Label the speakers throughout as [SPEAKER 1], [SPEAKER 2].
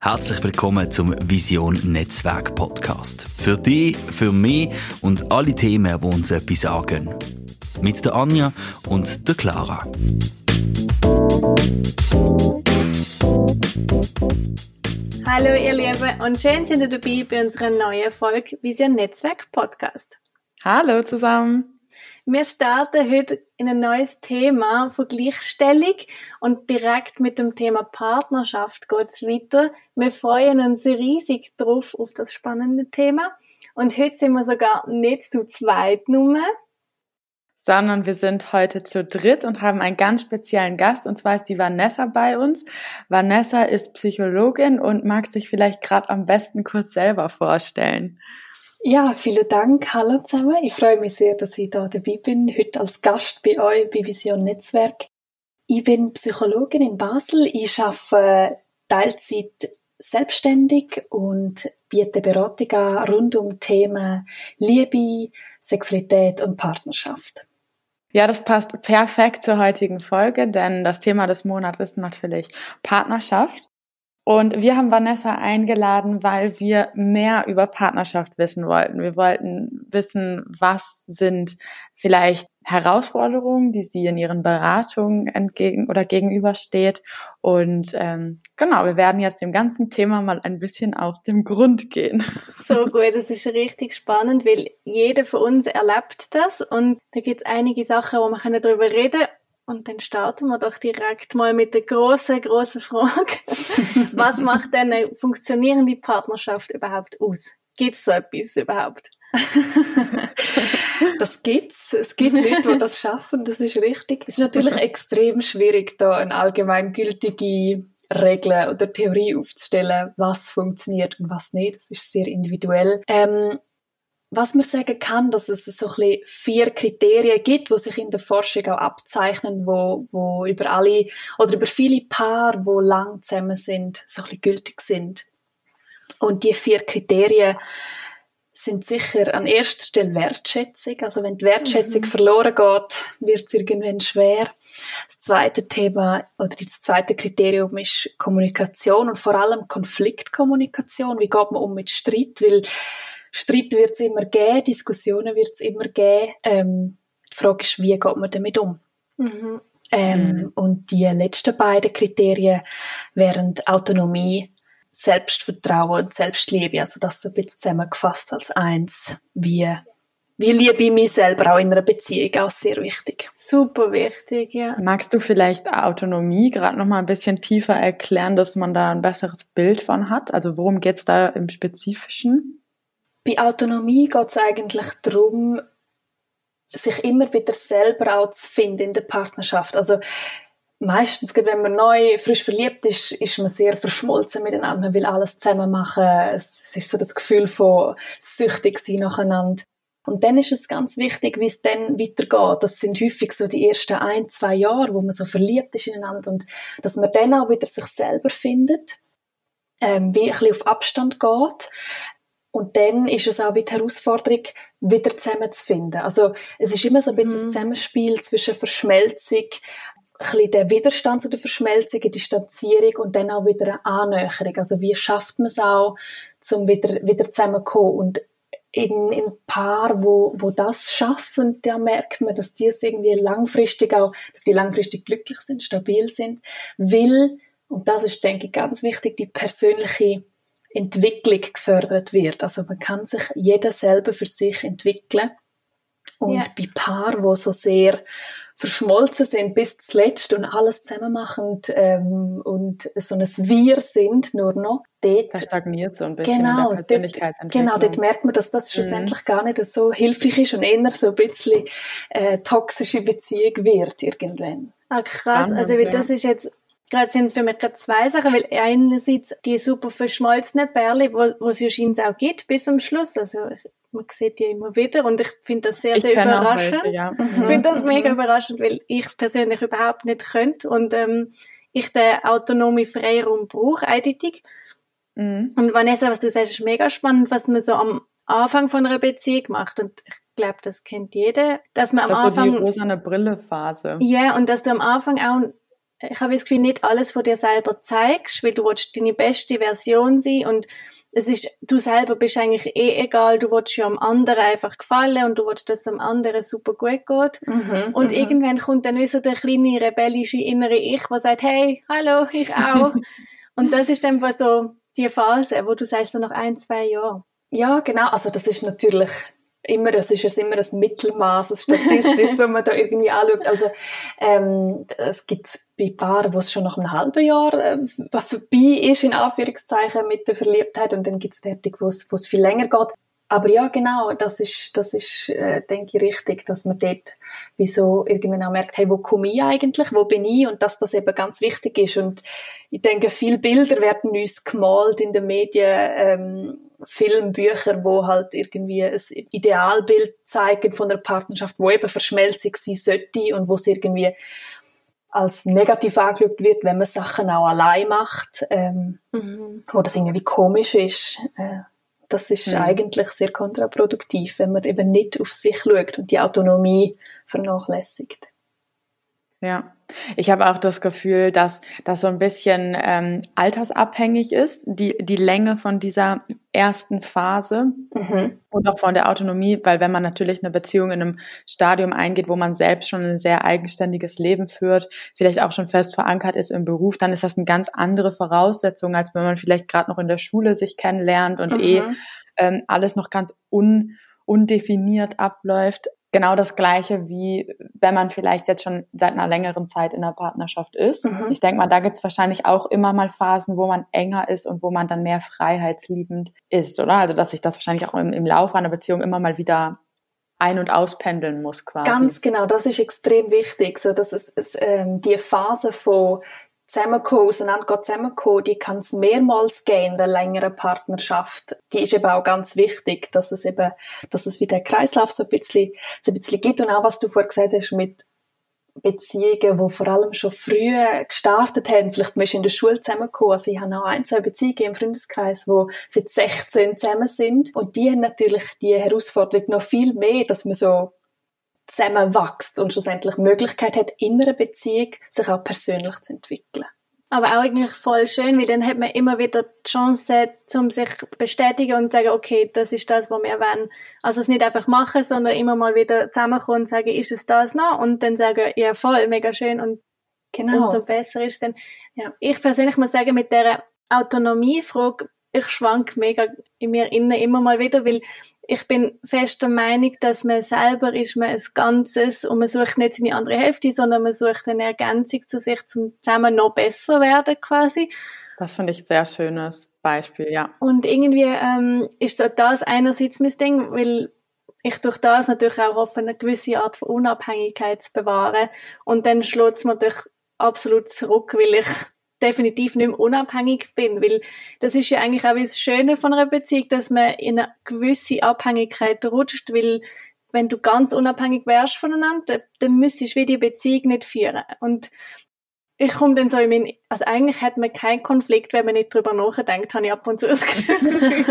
[SPEAKER 1] Herzlich willkommen zum Vision Netzwerk Podcast. Für dich, für mich und alle Themen, die uns etwas angehen. Mit der Anja und der Clara.
[SPEAKER 2] Hallo ihr Lieben und schön sind ihr dabei bei unserer neuen Folge Vision Netzwerk Podcast.
[SPEAKER 3] Hallo zusammen.
[SPEAKER 2] Wir starten heute in ein neues Thema von Gleichstellung und direkt mit dem Thema Partnerschaft geht's weiter. Wir freuen uns riesig drauf auf das spannende Thema und heute sind wir sogar nicht zu zweit nur,
[SPEAKER 3] sondern wir sind heute zu dritt und haben einen ganz speziellen Gast, und zwar ist die Vanessa bei uns. Vanessa ist Psychologin und mag sich vielleicht gerade am besten kurz selber vorstellen.
[SPEAKER 4] Ja, vielen Dank. Hallo zusammen. Ich freue mich sehr, dass ich da dabei bin, heute als Gast bei euch bei Vision Netzwerk. Ich bin Psychologin in Basel. Ich arbeite Teilzeit selbstständig und biete Beratung an rund um Themen Liebe, Sexualität und Partnerschaft.
[SPEAKER 3] Ja, das passt perfekt zur heutigen Folge, denn das Thema des Monats ist natürlich Partnerschaft. Und wir haben Vanessa eingeladen, weil wir mehr über Partnerschaft wissen wollten. Wir wollten wissen, was sind vielleicht Herausforderungen, die sie in ihren Beratungen gegenübersteht. Und genau, wir werden jetzt dem ganzen Thema mal ein bisschen auf den Grund gehen.
[SPEAKER 2] So gut, das ist richtig spannend, weil jeder von uns erlebt das und da gibt es einige Sachen, wo wir darüber reden können. Und dann starten wir doch direkt mal mit der grossen Frage. Was macht denn eine funktionierende Partnerschaft überhaupt aus? Gibt es so etwas überhaupt?
[SPEAKER 4] Das gibt's. Es gibt Leute, die das schaffen, das ist richtig. Es ist natürlich extrem schwierig, da eine allgemeingültige Regel oder Theorie aufzustellen, was funktioniert und was nicht. Das ist sehr individuell. Was man sagen kann, dass es so ein bisschen 4 Kriterien gibt, die sich in der Forschung auch abzeichnen, wo über alle oder über viele Paare, die lang zusammen sind, so ein bisschen gültig sind. Und die 4 Kriterien sind sicher an erster Stelle Wertschätzung. Also wenn die Wertschätzung verloren geht, wird es irgendwann schwer. Das zweite Thema oder das zweite Kriterium ist Kommunikation und vor allem Konfliktkommunikation. Wie geht man um mit Streit? Weil Streit wird es immer geben, Diskussionen wird es immer geben. Die Frage ist, wie geht man damit um? Und die letzten beiden Kriterien wären Autonomie, Selbstvertrauen und Selbstliebe. Also das so ein bisschen zusammengefasst als eins. Wie liebe ich mich selber auch in einer Beziehung, auch sehr wichtig.
[SPEAKER 2] Super wichtig, ja.
[SPEAKER 3] Magst du vielleicht Autonomie gerade noch mal ein bisschen tiefer erklären, dass man da ein besseres Bild von hat? Also worum geht's da im Spezifischen?
[SPEAKER 4] Bei Autonomie geht es eigentlich darum, sich immer wieder selber auch zu finden in der Partnerschaft. Also meistens, wenn man frisch verliebt ist, ist man sehr verschmolzen miteinander. Man will alles zusammen machen. Es ist so das Gefühl von süchtig sein nacheinander. Und dann ist es ganz wichtig, wie es dann weitergeht. Das sind häufig so die ersten 1-2 Jahre, wo man so verliebt ist ineinander und dass man dann auch wieder sich selber findet, wie ein bisschen auf Abstand geht. Und dann ist es auch die Herausforderung, wieder zusammenzufinden. Also es ist immer so ein bisschen ein Zusammenspiel zwischen Verschmelzung, ein bisschen der Widerstand zu der Verschmelzung, eine Distanzierung und dann auch wieder eine Annäherung. Also wie schafft man es auch, um wieder zusammenzukommen? Und in Paaren, wo das schaffen, da merkt man, dass die es irgendwie langfristig glücklich sind, stabil sind, weil, und das ist, denke ich, ganz wichtig, die persönliche Entwicklung gefördert wird. Also man kann sich jeder selber für sich entwickeln. Und bei Paaren, die so sehr verschmolzen sind bis zuletzt und alles zusammen machen und so ein Wir sind nur noch, dort...
[SPEAKER 3] Da stagniert so ein bisschen in der Persönlichkeitsentwicklung.
[SPEAKER 4] Genau, dort merkt man, dass das schlussendlich gar nicht so hilfreich ist und eher so ein bisschen toxische Beziehung wird irgendwann.
[SPEAKER 2] Ah, krass. Spannend, also das ist jetzt... Gerade sind es für mich gerade 2 Sachen, weil einerseits die super verschmolzenen Perle, wo es ja scheinbar auch gibt bis zum Schluss, also man sieht die immer wieder und ich finde das sehr, sehr überraschend. Welche, ja. Ich finde das mega überraschend, weil ich es persönlich überhaupt nicht könnte und ich den autonomen Freiraum brauche, eindeutig. Und Vanessa, was du sagst, ist mega spannend, was man so am Anfang von einer Beziehung macht und ich glaube, das kennt jeder, dass man am Anfang...
[SPEAKER 3] die rosane Brille-Phase.
[SPEAKER 2] Ja, und dass du am Anfang auch ich habe das Gefühl, nicht alles von dir selber zeigst, weil du willst deine beste Version sein und du selber bist eigentlich egal, du willst ja am anderen einfach gefallen und du willst, dass es am anderen super gut geht. Und irgendwann kommt dann wie so der kleine rebellische innere Ich, der sagt, hey, hallo, ich auch. Und das ist einfach so die Phase, wo du sagst, so nach 1-2 Jahren.
[SPEAKER 4] Ja, genau. Also das ist natürlich das ist immer ein Mittelmaß, ein statistisches, wenn man da irgendwie anschaut. Also es gibt bei Paaren, wo es schon nach einem halben Jahr vorbei ist, in Anführungszeichen, mit der Verliebtheit, und dann gibt es derartig, wo es viel länger geht. Aber ja, genau, das ist denke ich, richtig, dass man dort wieso irgendwann auch merkt, hey, wo komme ich eigentlich, wo bin ich, und dass das eben ganz wichtig ist. Und ich denke, viele Bilder werden uns gemalt in den Medien, Filmbücher, wo halt irgendwie ein Idealbild zeigen von einer Partnerschaft, wo eben Verschmelzung sein sollte und wo es irgendwie als negativ angeschaut wird, wenn man Sachen auch allein macht, wo das irgendwie komisch ist. Das ist eigentlich sehr kontraproduktiv, wenn man eben nicht auf sich schaut und die Autonomie vernachlässigt.
[SPEAKER 3] Ja, ich habe auch das Gefühl, dass das so ein bisschen altersabhängig ist, die Länge von dieser ersten Phase und auch von der Autonomie, weil wenn man natürlich eine Beziehung in einem Stadium eingeht, wo man selbst schon ein sehr eigenständiges Leben führt, vielleicht auch schon fest verankert ist im Beruf, dann ist das eine ganz andere Voraussetzung, als wenn man vielleicht gerade noch in der Schule sich kennenlernt und alles noch ganz undefiniert abläuft. Genau das Gleiche, wie wenn man vielleicht jetzt schon seit einer längeren Zeit in einer Partnerschaft ist. Ich denke mal, da gibt es wahrscheinlich auch immer mal Phasen, wo man enger ist und wo man dann mehr freiheitsliebend ist, oder? Also, dass sich das wahrscheinlich auch im Laufe einer Beziehung immer mal wieder ein- und auspendeln muss, quasi.
[SPEAKER 4] Ganz genau, das ist extrem wichtig, so dass es die Phase von zusammenkommen, die kann es mehrmals geben in einer längeren Partnerschaft. Die ist eben auch ganz wichtig, dass es wie der Kreislauf so ein bisschen gibt. Und auch, was du vorhin gesagt hast, mit Beziehungen, die vor allem schon früh gestartet haben. Vielleicht bist du in der Schule zusammengekommen. Also ich habe auch 1-2 Beziehungen im Freundeskreis, die seit 16 zusammen sind. Und die haben natürlich die Herausforderung noch viel mehr, dass man so zusammenwächst und schlussendlich die Möglichkeit hat, in einer Beziehung sich auch persönlich zu entwickeln.
[SPEAKER 2] Aber auch eigentlich voll schön, weil dann hat man immer wieder die Chance, um sich zu bestätigen und zu sagen, okay, das ist das, was wir wollen. Also es nicht einfach machen, sondern immer mal wieder zusammenkommen und sagen, ist es das noch? Und dann sagen, ja voll, mega schön, und umso besser ist dann. Ja. Ich persönlich muss sagen, mit dieser Autonomiefrage, ich schwank mega in mir innen immer mal wieder, weil ich bin fest der Meinung, dass man selber ist man ein Ganzes und man sucht nicht seine andere Hälfte, sondern man sucht eine Ergänzung zu sich, zum zusammen noch besser werden quasi.
[SPEAKER 3] Das finde ich ein sehr schönes Beispiel, ja.
[SPEAKER 2] Und irgendwie ist so das einerseits mein Ding, weil ich durch das natürlich auch hoffe, eine gewisse Art von Unabhängigkeit zu bewahren. Und dann schlägt es mir natürlich absolut zurück, weil ich definitiv nicht mehr unabhängig bin, weil das ist ja eigentlich auch das Schöne von einer Beziehung, dass man in eine gewisse Abhängigkeit rutscht, weil wenn du ganz unabhängig wärst voneinander, dann müsstest du wie die Beziehung nicht führen. Und ich komme dann so also eigentlich hat man keinen Konflikt, wenn man nicht drüber nachdenkt, habe ich ab und zu das Gefühl.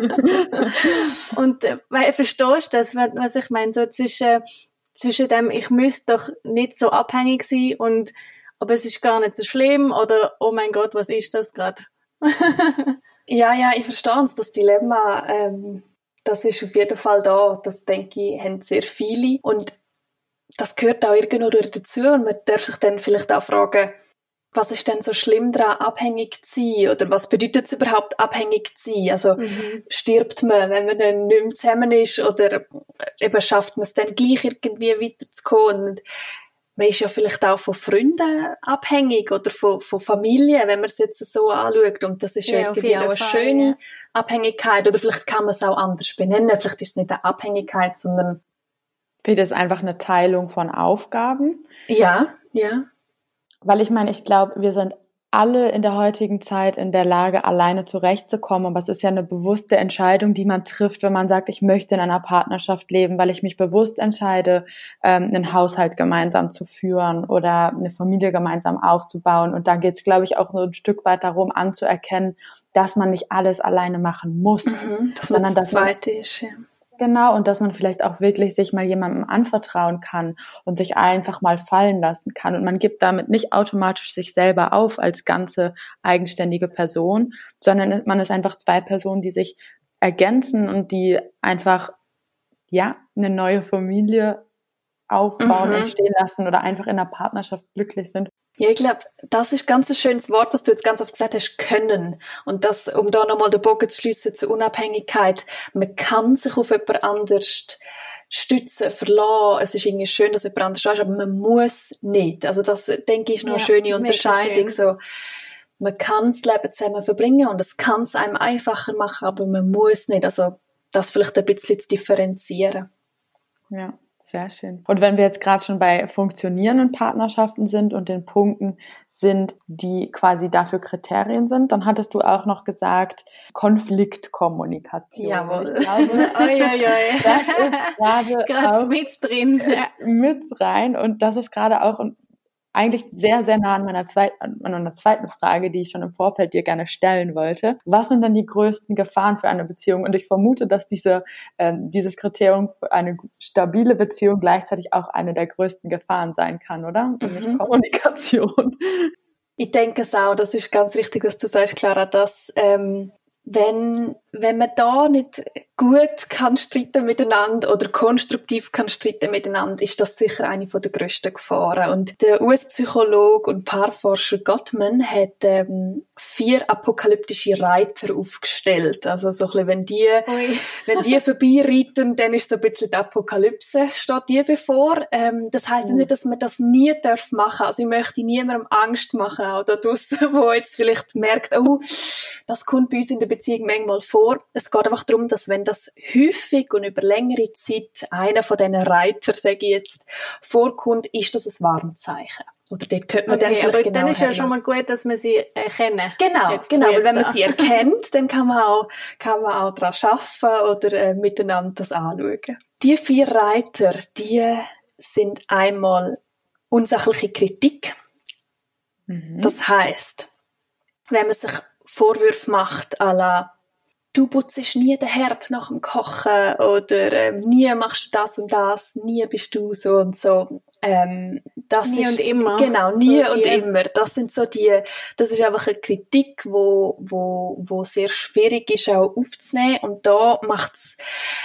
[SPEAKER 2] Und weil verstehst du das, was ich meine, so zwischen dem, ich müsste doch nicht so abhängig sein und aber es ist gar nicht so schlimm, oder oh mein Gott, was ist das gerade?
[SPEAKER 4] Ja, ich verstehe es, das Dilemma, das ist auf jeden Fall da, das denke ich, haben sehr viele, und das gehört auch irgendwo dazu, und man darf sich dann vielleicht auch fragen, was ist denn so schlimm daran, abhängig zu sein, oder was bedeutet es überhaupt, abhängig zu sein? Also stirbt man, wenn man dann nicht mehr zusammen ist, oder eben schafft man es dann gleich irgendwie weiterzukommen? Und man ist ja vielleicht auch von Freunden abhängig oder von Familie, wenn man es jetzt so anschaut. Und das ist ja irgendwie auch eine schöne Abhängigkeit. Oder vielleicht kann man es auch anders benennen. Vielleicht ist es nicht eine Abhängigkeit, sondern...
[SPEAKER 3] Vielleicht ist es einfach eine Teilung von Aufgaben.
[SPEAKER 4] Ja.
[SPEAKER 3] Weil ich meine, ich glaube, wir sind alle in der heutigen Zeit in der Lage, alleine zurechtzukommen. Aber es ist ja eine bewusste Entscheidung, die man trifft, wenn man sagt, ich möchte in einer Partnerschaft leben, weil ich mich bewusst entscheide, einen Haushalt gemeinsam zu führen oder eine Familie gemeinsam aufzubauen. Und da geht es, glaube ich, auch so ein Stück weit darum, anzuerkennen, dass man nicht alles alleine machen muss.
[SPEAKER 4] Dass man das Zweite ist, ja.
[SPEAKER 3] Genau, und dass man vielleicht auch wirklich sich mal jemandem anvertrauen kann und sich einfach mal fallen lassen kann. Und man gibt damit nicht automatisch sich selber auf als ganze eigenständige Person, sondern man ist einfach zwei Personen, die sich ergänzen und die einfach, ja, eine neue Familie aufbauen, entstehen lassen oder einfach in einer Partnerschaft glücklich sind.
[SPEAKER 4] Ja, ich glaube, das ist ganz ein schönes Wort, was du jetzt ganz oft gesagt hast, können. Und das, um da nochmal den Bogen zu schliessen zur Unabhängigkeit, man kann sich auf jemand anderes stützen, verlassen. Es ist irgendwie schön, dass jemand anderes da ist, aber man muss nicht. Also das, denke ich, ist noch eine schöne Unterscheidung. So, man kann das Leben zusammen verbringen und es kann es einem einfacher machen, aber man muss nicht. Also das vielleicht ein bisschen zu differenzieren.
[SPEAKER 3] Ja. Sehr schön. Und wenn wir jetzt gerade schon bei funktionierenden Partnerschaften sind und den Punkten sind, die quasi dafür Kriterien sind, dann hattest du auch noch gesagt, Konfliktkommunikation.
[SPEAKER 2] Jawohl.
[SPEAKER 3] Ich glaube, das ist
[SPEAKER 2] gerade mit drin.
[SPEAKER 3] Mit rein. Und das ist gerade auch eigentlich sehr, sehr nah an meiner zweiten Frage, die ich schon im Vorfeld dir gerne stellen wollte. Was sind denn die größten Gefahren für eine Beziehung? Und ich vermute, dass dieses Kriterium für eine stabile Beziehung gleichzeitig auch eine der größten Gefahren sein kann, oder? Nämlich Kommunikation.
[SPEAKER 4] Ich denke es auch, das ist ganz richtig, was du sagst, Clara, dass wenn man da nicht gut kann streiten miteinander oder konstruktiv kann streiten miteinander, ist das sicher eine von der grössten Gefahren. Und der US-Psychologe und Paarforscher Gottman hat 4 apokalyptische Reiter aufgestellt. Also so ein bisschen, wenn die vorbeireiten, dann ist so ein bisschen die Apokalypse, steht die bevor. Das heisst nicht, dass man das nie machen darf. Also ich möchte niemandem Angst machen, auch da draussen, wo jetzt vielleicht merkt, oh, das kommt bei uns in der Beziehung manchmal vor. Es geht einfach darum, dass wenn das häufig und über längere Zeit einer von diesen Reiter, sage ich jetzt, vorkommt, ist das ein Warnzeichen. Oder dort könnte man dann vielleicht genau
[SPEAKER 2] dann ist ja schon mal gut, dass wir sie erkennen.
[SPEAKER 4] Genau, weil wenn man sie erkennt, dann kann man auch daran arbeiten oder miteinander das anschauen. Die 4 Reiter, die sind einmal unsachliche Kritik. Das heisst, wenn man sich Vorwürfe macht, à la du putzt nie den Herd nach dem Kochen oder nie machst du das und das, nie bist du so und so. Das
[SPEAKER 2] nie
[SPEAKER 4] ist,
[SPEAKER 2] und immer.
[SPEAKER 4] Genau, nie so und immer. Das sind so das ist einfach eine Kritik, wo sehr schwierig ist auch aufzunehmen, und da macht's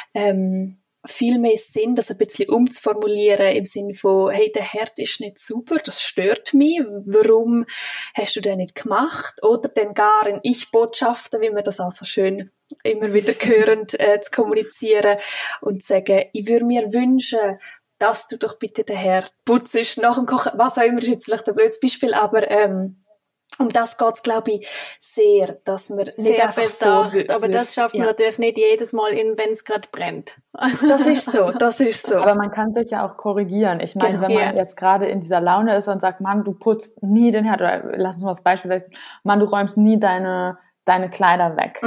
[SPEAKER 4] viel mehr Sinn, das ein bisschen umzuformulieren im Sinne von, hey, der Herd ist nicht sauber, das stört mich, warum hast du den nicht gemacht? Oder dann gar in Ich-Botschaften, wie wir das auch so schön immer wieder hörend zu kommunizieren und zu sagen, ich würde mir wünschen, dass du doch bitte den Herd putzt nach dem Kochen, was auch immer, ist jetzt vielleicht ein blödes Beispiel, aber um das geht's, glaube ich, sehr, dass man
[SPEAKER 2] sehr
[SPEAKER 4] nicht einfach
[SPEAKER 2] Vorwürfe. Aber das schafft man natürlich nicht jedes Mal, wenn es gerade brennt.
[SPEAKER 4] Das ist so.
[SPEAKER 3] Aber man kann sich ja auch korrigieren. Ich meine, wenn man jetzt gerade in dieser Laune ist und sagt, Mann, du putzt nie den Herd, oder lass uns mal das Beispiel weg, Mann, du räumst nie deine Kleider weg.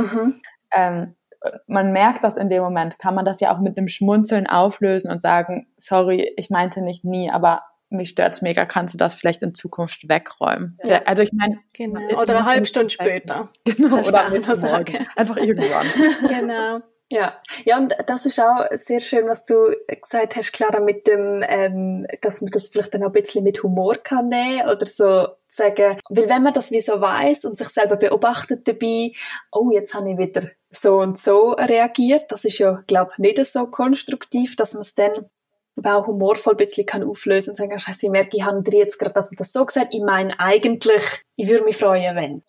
[SPEAKER 3] Man merkt das in dem Moment, kann man das ja auch mit einem Schmunzeln auflösen und sagen, sorry, ich meinte nicht nie, aber mich stört's mega, kannst du das vielleicht in Zukunft wegräumen? Ja. Also ich meine...
[SPEAKER 2] Genau. Oder eine halbe Stunde später.
[SPEAKER 3] Genau, oder morgen. Einfach irgendwann.
[SPEAKER 2] Genau.
[SPEAKER 4] Ja, und das ist auch sehr schön, was du gesagt hast, Clara, mit dem, dass man das vielleicht dann auch ein bisschen mit Humor kann nehmen oder so sagen, weil wenn man das wie so weiss und sich selber beobachtet dabei, oh, jetzt habe ich wieder so und so reagiert, das ist ja, glaube ich, nicht so konstruktiv, dass man es dann auch humorvoll ein bisschen kann auflösen und sagen, Scheiße, ich merke, ich habe dir jetzt gerade das und das so gesagt, ich meine eigentlich, ich würde mich freuen, wenn.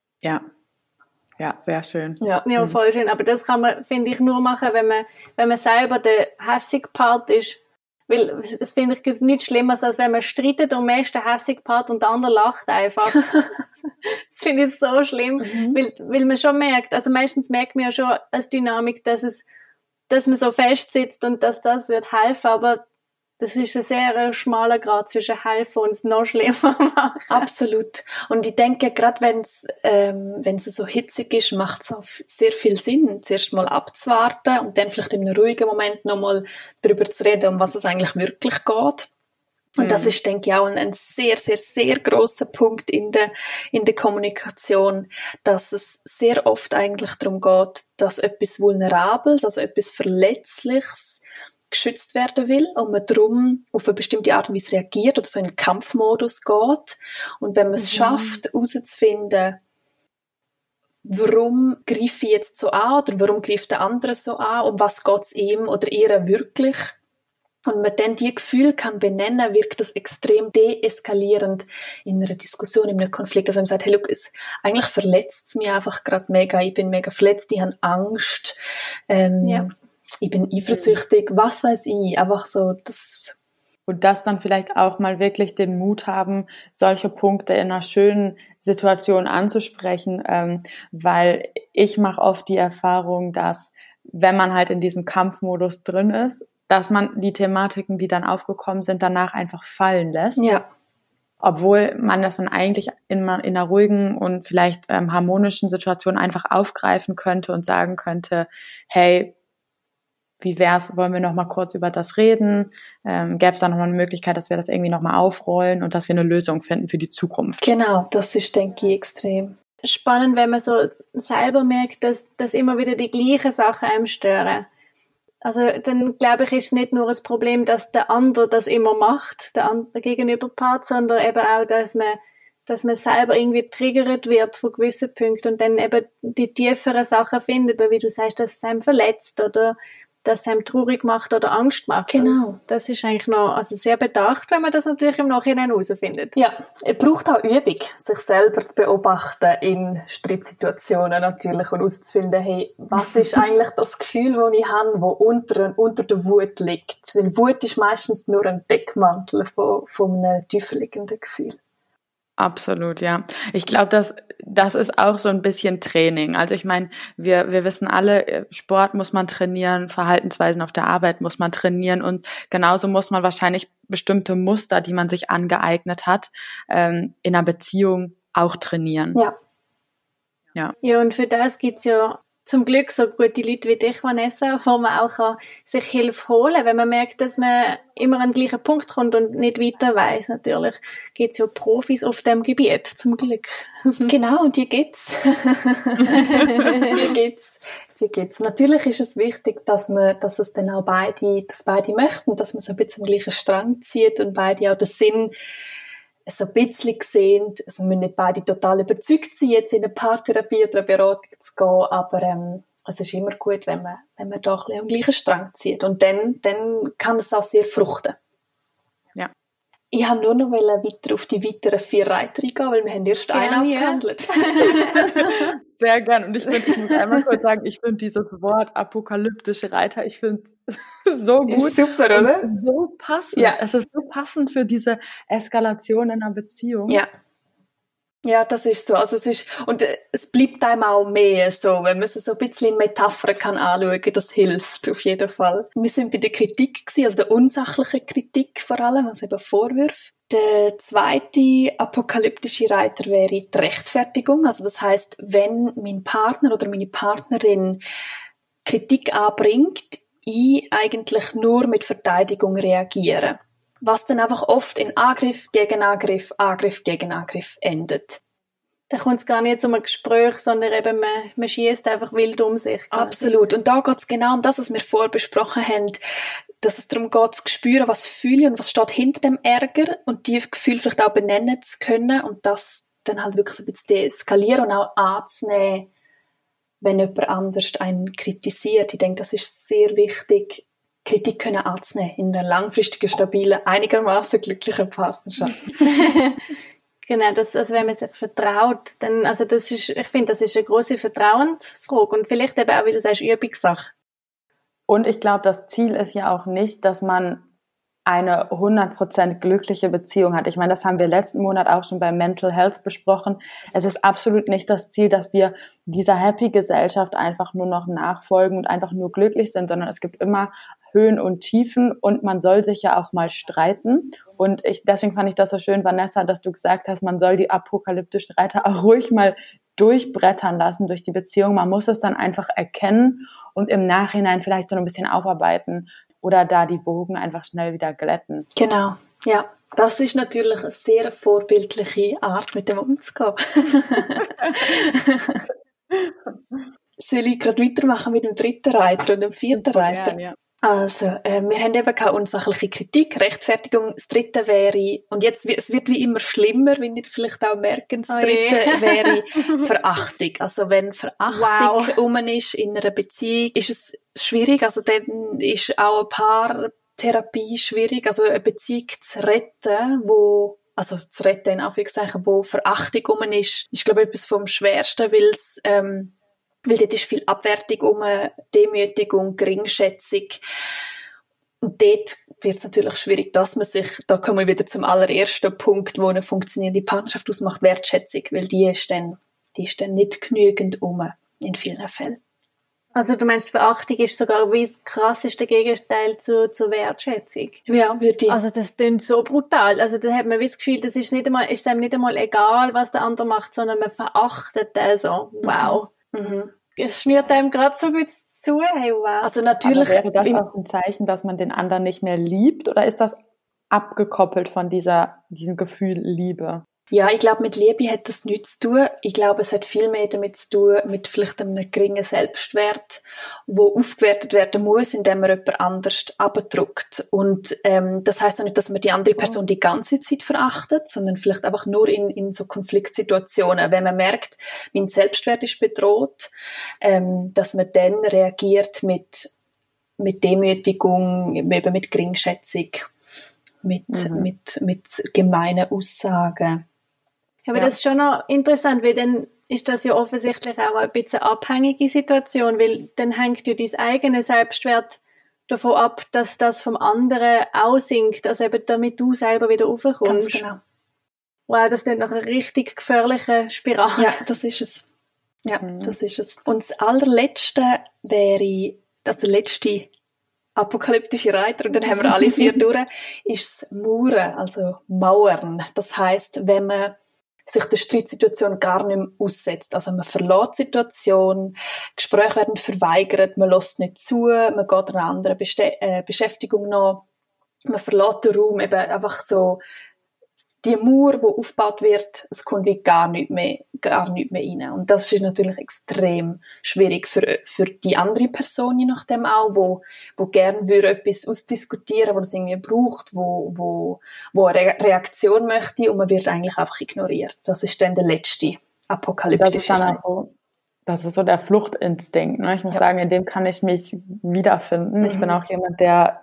[SPEAKER 3] Ja, sehr schön.
[SPEAKER 2] Ja, voll schön. Aber das kann man, finde ich, nur machen, wenn man selber der hässige Part ist. Weil, das finde ich nichts Schlimmeres, als wenn man streitet und man ist der hässige Part und der andere lacht einfach. Das finde ich so schlimm, weil man schon merkt, also meistens merkt man ja schon als Dynamik, dass man so fest sitzt und dass das wird helfen, aber das ist ein sehr schmaler Grad zwischen helfen und es noch schlimmer machen.
[SPEAKER 4] Absolut. Und ich denke, gerade wenn es so hitzig ist, macht es auch sehr viel Sinn, zuerst mal abzuwarten und dann vielleicht in einem ruhigen Moment nochmal darüber zu reden, um was es eigentlich wirklich geht. Und das ist, denke ich, auch ein sehr, sehr, sehr grosser Punkt in der Kommunikation, dass es sehr oft eigentlich darum geht, dass etwas Vulnerables, also etwas Verletzliches geschützt werden will und man darum auf eine bestimmte Art und Weise reagiert oder so in den Kampfmodus geht. Und wenn man es schafft, herauszufinden, warum greife ich jetzt so an oder warum greift der andere so an, um was geht es ihm oder ihr wirklich, und man dann die Gefühle kann benennen, wirkt das extrem deeskalierend in einer Diskussion, in einem Konflikt. Also wenn man sagt, hey, look, eigentlich verletzt es mich einfach gerade mega, ich bin mega verletzt, ich habe Angst, ich bin eifersüchtig, was weiß ich, einfach so, das.
[SPEAKER 3] Und das dann vielleicht auch mal wirklich den Mut haben, solche Punkte in einer schönen Situation anzusprechen, weil ich mache oft die Erfahrung, dass wenn man halt in diesem Kampfmodus drin ist, dass man die Thematiken, die dann aufgekommen sind, danach einfach fallen lässt.
[SPEAKER 4] Ja.
[SPEAKER 3] Obwohl man das dann eigentlich in einer ruhigen und vielleicht harmonischen Situation einfach aufgreifen könnte und sagen könnte, hey, wie wär's, wollen wir noch mal kurz über das reden? Gäbe es da noch mal eine Möglichkeit, dass wir das irgendwie noch mal aufrollen und dass wir eine Lösung finden für die Zukunft?
[SPEAKER 4] Genau, das ist, denke ich, extrem
[SPEAKER 2] spannend, wenn man so selber merkt, dass immer wieder die gleichen Sachen einem stören. Also dann, glaube ich, ist nicht nur das Problem, dass der andere das immer macht, der Gegenüberpart, sondern eben auch, dass man selber irgendwie triggert wird von gewissen Punkten und dann eben die tieferen Sachen findet, weil wie du sagst, dass es einem verletzt oder dass es einem traurig macht oder Angst macht.
[SPEAKER 4] Genau.
[SPEAKER 2] Und das ist eigentlich noch sehr bedacht, wenn man das natürlich im Nachhinein herausfindet.
[SPEAKER 4] Ja, es braucht auch Übung, sich selber zu beobachten in Strittsituationen natürlich und herauszufinden, hey, was ist eigentlich das Gefühl, das ich habe, das unter der Wut liegt? Weil Wut ist meistens nur ein Deckmantel von einem tiefer liegenden Gefühl.
[SPEAKER 3] Absolut, ja. Ich glaube, das ist auch so ein bisschen Training. Also ich meine, wir wissen alle, Sport muss man trainieren, Verhaltensweisen auf der Arbeit muss man trainieren und genauso muss man wahrscheinlich bestimmte Muster, die man sich angeeignet hat, in einer Beziehung auch trainieren.
[SPEAKER 2] Ja. Ja, und für das gibt's ja zum Glück so gute Leute wie dich, Vanessa, wo man auch sich Hilfe holen kann, wenn man merkt, dass man immer an den gleichen Punkt kommt und nicht weiter weiss. Natürlich gibt's ja Profis auf dem Gebiet, zum Glück.
[SPEAKER 4] Genau, und die gibt's. Die gibt's. Natürlich ist es wichtig, dass es dann auch beide möchten, dass man so ein bisschen am gleichen Strang zieht und beide auch den Sinn so ein bisschen sehen. Also wir müssen nicht beide total überzeugt sein, jetzt in eine Paartherapie oder eine Beratung zu gehen, aber es ist immer gut, wenn man da ein bisschen am gleichen Strang zieht. Und dann kann es auch sehr fruchten.
[SPEAKER 3] Ja.
[SPEAKER 4] Ich habe nur noch weiter auf die weiteren 4 Reiter eingehen, weil wir haben erst einen abgehandelt.
[SPEAKER 3] Sehr gern. Und ich muss einmal kurz sagen, ich finde dieses Wort apokalyptische Reiter, ich finde so gut.
[SPEAKER 4] Ist super, oder?
[SPEAKER 3] So passend.
[SPEAKER 4] Ja.
[SPEAKER 3] Es ist so passend für diese Eskalation in einer Beziehung.
[SPEAKER 4] Ja. Ja, das ist so. Also es bleibt einem auch mehr so, wenn man es so ein bisschen in Metaphern kann anschauen, das hilft auf jeden Fall. Wir sind bei der Kritik gewesen, also der unsachlichen Kritik vor allem, also eben Vorwürfe. Der zweite apokalyptische Reiter wäre die Rechtfertigung. Also das heisst, wenn mein Partner oder meine Partnerin Kritik anbringt, ich eigentlich nur mit Verteidigung reagiere. Was dann einfach oft in Angriff gegen Angriff, Angriff gegen Angriff endet.
[SPEAKER 2] Da kommt es gar nicht zu einem Gespräch, sondern eben man schießt einfach wild um sich.
[SPEAKER 4] Absolut. Und da geht es genau um das, was wir vorher besprochen haben, dass es darum geht, zu spüren, was fühle ich und was steht hinter dem Ärger und die Gefühle vielleicht auch benennen zu können und das dann halt wirklich so ein bisschen deeskalieren und auch anzunehmen, wenn jemand anders einen kritisiert. Ich denke, das ist sehr wichtig, Kritik können anzunehmen in einer langfristigen, stabilen, einigermaßen glücklichen Partnerschaft.
[SPEAKER 2] Genau, also wenn man sich vertraut, dann, also ich finde, das ist eine grosse Vertrauensfrage und vielleicht eben auch, wie du sagst, Übungssache.
[SPEAKER 3] Und ich glaube, das Ziel ist ja auch nicht, dass man eine 100% glückliche Beziehung hat. Ich meine, das haben wir letzten Monat auch schon bei Mental Health besprochen. Es ist absolut nicht das Ziel, dass wir dieser happy Gesellschaft einfach nur noch nachfolgen und einfach nur glücklich sind, sondern es gibt immer Höhen und Tiefen und man soll sich ja auch mal streiten. Und deswegen fand ich das so schön, Vanessa, dass du gesagt hast, man soll die apokalyptischen Reiter auch ruhig mal durchbrettern lassen durch die Beziehung. Man muss es dann einfach erkennen und im Nachhinein vielleicht so ein bisschen aufarbeiten oder da die Wogen einfach schnell wieder glätten.
[SPEAKER 4] Genau, ja. Das ist natürlich eine sehr vorbildliche Art, mit dem umzugehen. Soll ich gerade weitermachen mit dem dritten Reiter und dem vierten Reiter?
[SPEAKER 3] Gern, ja.
[SPEAKER 4] Also, wir haben eben uns auch ein bisschen Kritik, Rechtfertigung. Das dritte wäre, und jetzt, es wird wie immer schlimmer, wenn ihr vielleicht auch merkt, das dritte wäre Verachtung. Also, wenn Verachtung rum ist in einer Beziehung, ist es schwierig. Also, dann ist auch eine Paartherapie schwierig. Also, eine Beziehung zu retten, wo in Anführungszeichen, wo Verachtung rum ist, glaube ich, etwas vom Schwersten, weil dort ist viel Abwertung Demütigung, Geringschätzung. Und dort wird es natürlich schwierig, dass man sich, da kommen wir wieder zum allerersten Punkt, wo eine funktionierende Partnerschaft ausmacht, Wertschätzung, weil die ist dann nicht genügend in vielen Fällen.
[SPEAKER 2] Also du meinst, Verachtung ist sogar wie das krasseste Gegenteil zur Wertschätzung?
[SPEAKER 4] Ja, würde ich.
[SPEAKER 2] Also das klingt so brutal. Also da hat man wie das Gefühl, ist einem nicht einmal egal, was der andere macht, sondern man verachtet den so. Wow. Es schnürt einem gerade so gut zu. Hey, wow.
[SPEAKER 4] Also natürlich.
[SPEAKER 3] Aber wäre das auch ein Zeichen, dass man den anderen nicht mehr liebt, oder ist das abgekoppelt von diesem Gefühl Liebe?
[SPEAKER 4] Ja, ich glaube, mit Liebe hat das nichts zu tun. Ich glaube, es hat viel mehr damit zu tun, mit vielleicht einem geringen Selbstwert, wo aufgewertet werden muss, indem man jemand anders abdruckt. Und das heisst auch nicht, dass man die andere Person die ganze Zeit verachtet, sondern vielleicht einfach nur in so Konfliktsituationen. Wenn man merkt, mein Selbstwert ist bedroht, dass man dann reagiert mit Demütigung, eben mit Geringschätzung, mit gemeinen Aussagen.
[SPEAKER 2] Aber das ist schon noch interessant, weil dann ist das ja offensichtlich auch ein bisschen eine abhängige Situation, weil dann hängt ja dein eigenes Selbstwert davon ab, dass das vom anderen auch sinkt, also eben damit du selber wieder raufkommst.
[SPEAKER 4] Ganz genau.
[SPEAKER 2] Wow, das ist dann noch eine richtig gefährliche Spirale.
[SPEAKER 4] Ja, das ist es. Ja, das ist es. Und das allerletzte wäre, dass der letzte apokalyptische Reiter, und dann haben wir alle 4 durch, ist das Mauern, also Mauern. Das heisst, wenn man sich der Streitsituation gar nicht mehr aussetzt. Also man verlässt die Situation, Gespräche werden verweigert, man lässt nicht zu, man geht einer anderen Beschäftigung nach, man verlässt den Raum, eben einfach so die Mauer, die aufgebaut wird, es kommt wie gar nicht mehr rein. Und das ist natürlich extrem schwierig für die andere Person, je nachdem auch, wo gerne würde etwas ausdiskutieren, wo das irgendwie braucht, wo eine Reaktion möchte, und man wird eigentlich einfach ignoriert. Das ist dann der letzte apokalyptische Schritt.
[SPEAKER 3] Das ist so der Fluchtinstinkt. Ne? Ich muss sagen, in dem kann ich mich wiederfinden. Ich bin auch jemand, der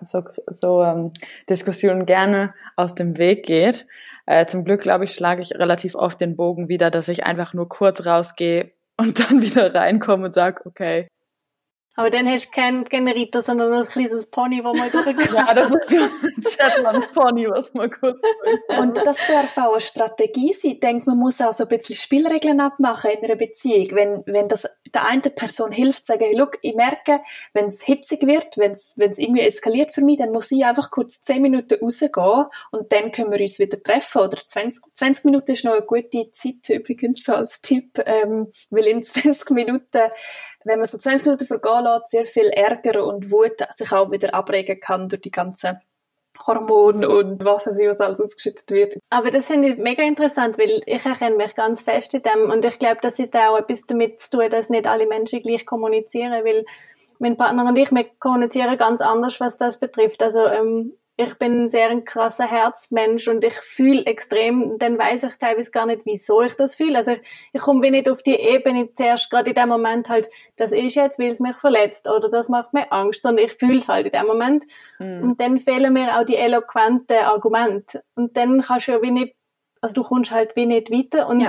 [SPEAKER 3] so Diskussionen gerne aus dem Weg geht. Zum Glück, glaube ich, schlage ich relativ oft den Bogen wieder, dass ich einfach nur kurz rausgehe und dann wieder reinkomme und sage, okay.
[SPEAKER 2] Aber dann hast du keinen Ritter, sondern nur ein kleines Pony, wo man durchgeht.
[SPEAKER 3] Ja, das ist so ein Shetland-Pony, was man kurz
[SPEAKER 4] Und das darf auch eine Strategie sein. Ich denke, man muss auch so ein bisschen Spielregeln abmachen in einer Beziehung. Wenn das der einen Person hilft, sagen, hey, look, ich merke, wenn es hitzig wird, wenn es irgendwie eskaliert für mich, dann muss ich einfach kurz 10 Minuten rausgehen und dann können wir uns wieder treffen. Oder 20 Minuten ist noch eine gute Zeit, übrigens, so als Tipp, weil in 20 Minuten, wenn man so 20 Minuten vergehen lässt, sehr viel Ärger und Wut sich auch wieder abregen kann durch die ganzen Hormone und was alles ausgeschüttet wird.
[SPEAKER 2] Aber das finde ich mega interessant, weil ich erkenne mich ganz fest in dem, und ich glaube, das hat auch etwas damit zu tun, dass nicht alle Menschen gleich kommunizieren, weil mein Partner und ich, wir kommunizieren ganz anders, was das betrifft. Also ich bin sehr ein krasser Herzmensch und ich fühle extrem, dann weiss ich teilweise gar nicht, wieso ich das fühle. Also ich komme wie nicht auf die Ebene zuerst gerade in dem Moment halt, das ist jetzt, weil es mich verletzt oder das macht mir Angst, sondern ich fühle es halt in dem Moment. Und dann fehlen mir auch die eloquenten Argumente. Und dann kannst du ja wie nicht, also du kommst halt wie nicht weiter und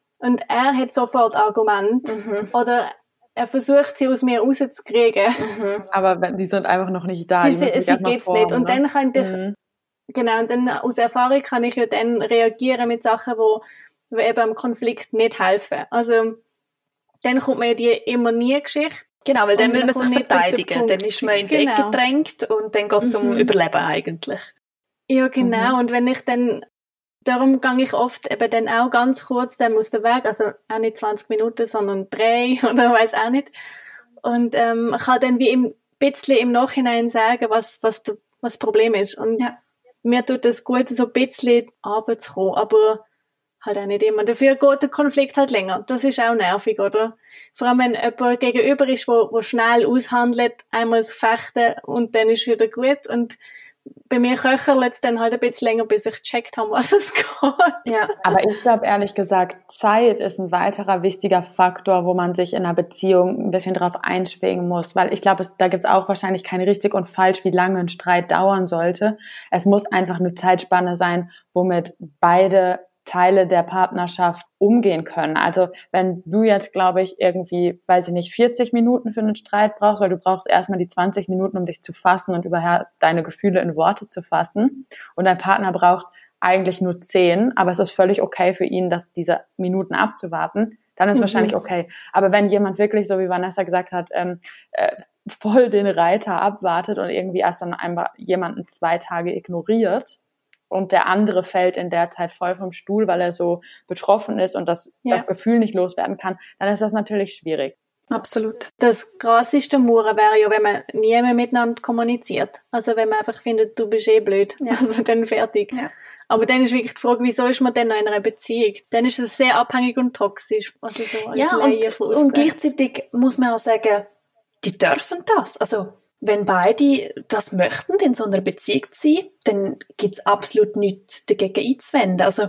[SPEAKER 2] er hat sofort Argumente oder er versucht, sie aus mir rauszukriegen.
[SPEAKER 3] Aber die sind einfach noch nicht da.
[SPEAKER 2] Sie geht's nicht. Und dann kann ich, genau, und dann aus Erfahrung kann ich ja dann reagieren mit Sachen, wo eben am Konflikt nicht helfen. Also, dann kommt mir die Immer-nie-Geschichte.
[SPEAKER 4] Genau, weil dann will man sich verteidigen. Dann ist man in die Ecke gedrängt und dann geht es um Überleben eigentlich.
[SPEAKER 2] Ja, genau. Und wenn ich dann, darum gehe ich oft eben dann auch ganz kurz dem aus dem Weg, also auch nicht 20 Minuten, sondern 3 oder weiss auch nicht. Und kann dann wie ein bisschen im Nachhinein sagen, was das Problem ist. Und mir tut es gut, so ein bisschen runterzukommen, aber halt auch nicht immer. Dafür geht der Konflikt halt länger. Das ist auch nervig, oder? Vor allem, wenn jemand gegenüber ist, wo schnell aushandelt, einmal das Fechten und dann ist wieder gut. Und bei mir köchert's dann halt ein bisschen länger, bis ich gecheckt habe, was es geht.
[SPEAKER 3] Ja, aber ich glaube ehrlich gesagt, Zeit ist ein weiterer wichtiger Faktor, wo man sich in einer Beziehung ein bisschen drauf einschwingen muss, weil ich glaube, da gibt's auch wahrscheinlich kein richtig und falsch, wie lange ein Streit dauern sollte. Es muss einfach eine Zeitspanne sein, womit beide Teile der Partnerschaft umgehen können. Also wenn du jetzt, glaube ich, irgendwie, weiß ich nicht, 40 Minuten für einen Streit brauchst, weil du brauchst erstmal die 20 Minuten, um dich zu fassen und überhaupt deine Gefühle in Worte zu fassen, und dein Partner braucht eigentlich nur 10, aber es ist völlig okay für ihn, diese Minuten abzuwarten, dann ist wahrscheinlich okay. Aber wenn jemand wirklich, so wie Vanessa gesagt hat, voll den Reiter abwartet und irgendwie erst dann einfach jemanden 2 Tage ignoriert, und der andere fällt in der Zeit voll vom Stuhl, weil er so betroffen ist und das Gefühl nicht loswerden kann, dann ist das natürlich schwierig.
[SPEAKER 2] Absolut. Das krasseste Mauern wäre ja, wenn man nie mehr miteinander kommuniziert. Also wenn man einfach findet, du bist blöd. Ja. Also dann fertig. Ja. Aber dann ist wirklich die Frage, wieso ist man denn noch in einer Beziehung? Dann ist es sehr abhängig und toxisch. Also so als Laie von aussen.
[SPEAKER 4] Und gleichzeitig muss man auch sagen, die dürfen das. Also wenn beide das möchten, in so einer Beziehung zu sein, dann gibt es absolut nichts dagegen einzuwenden. Also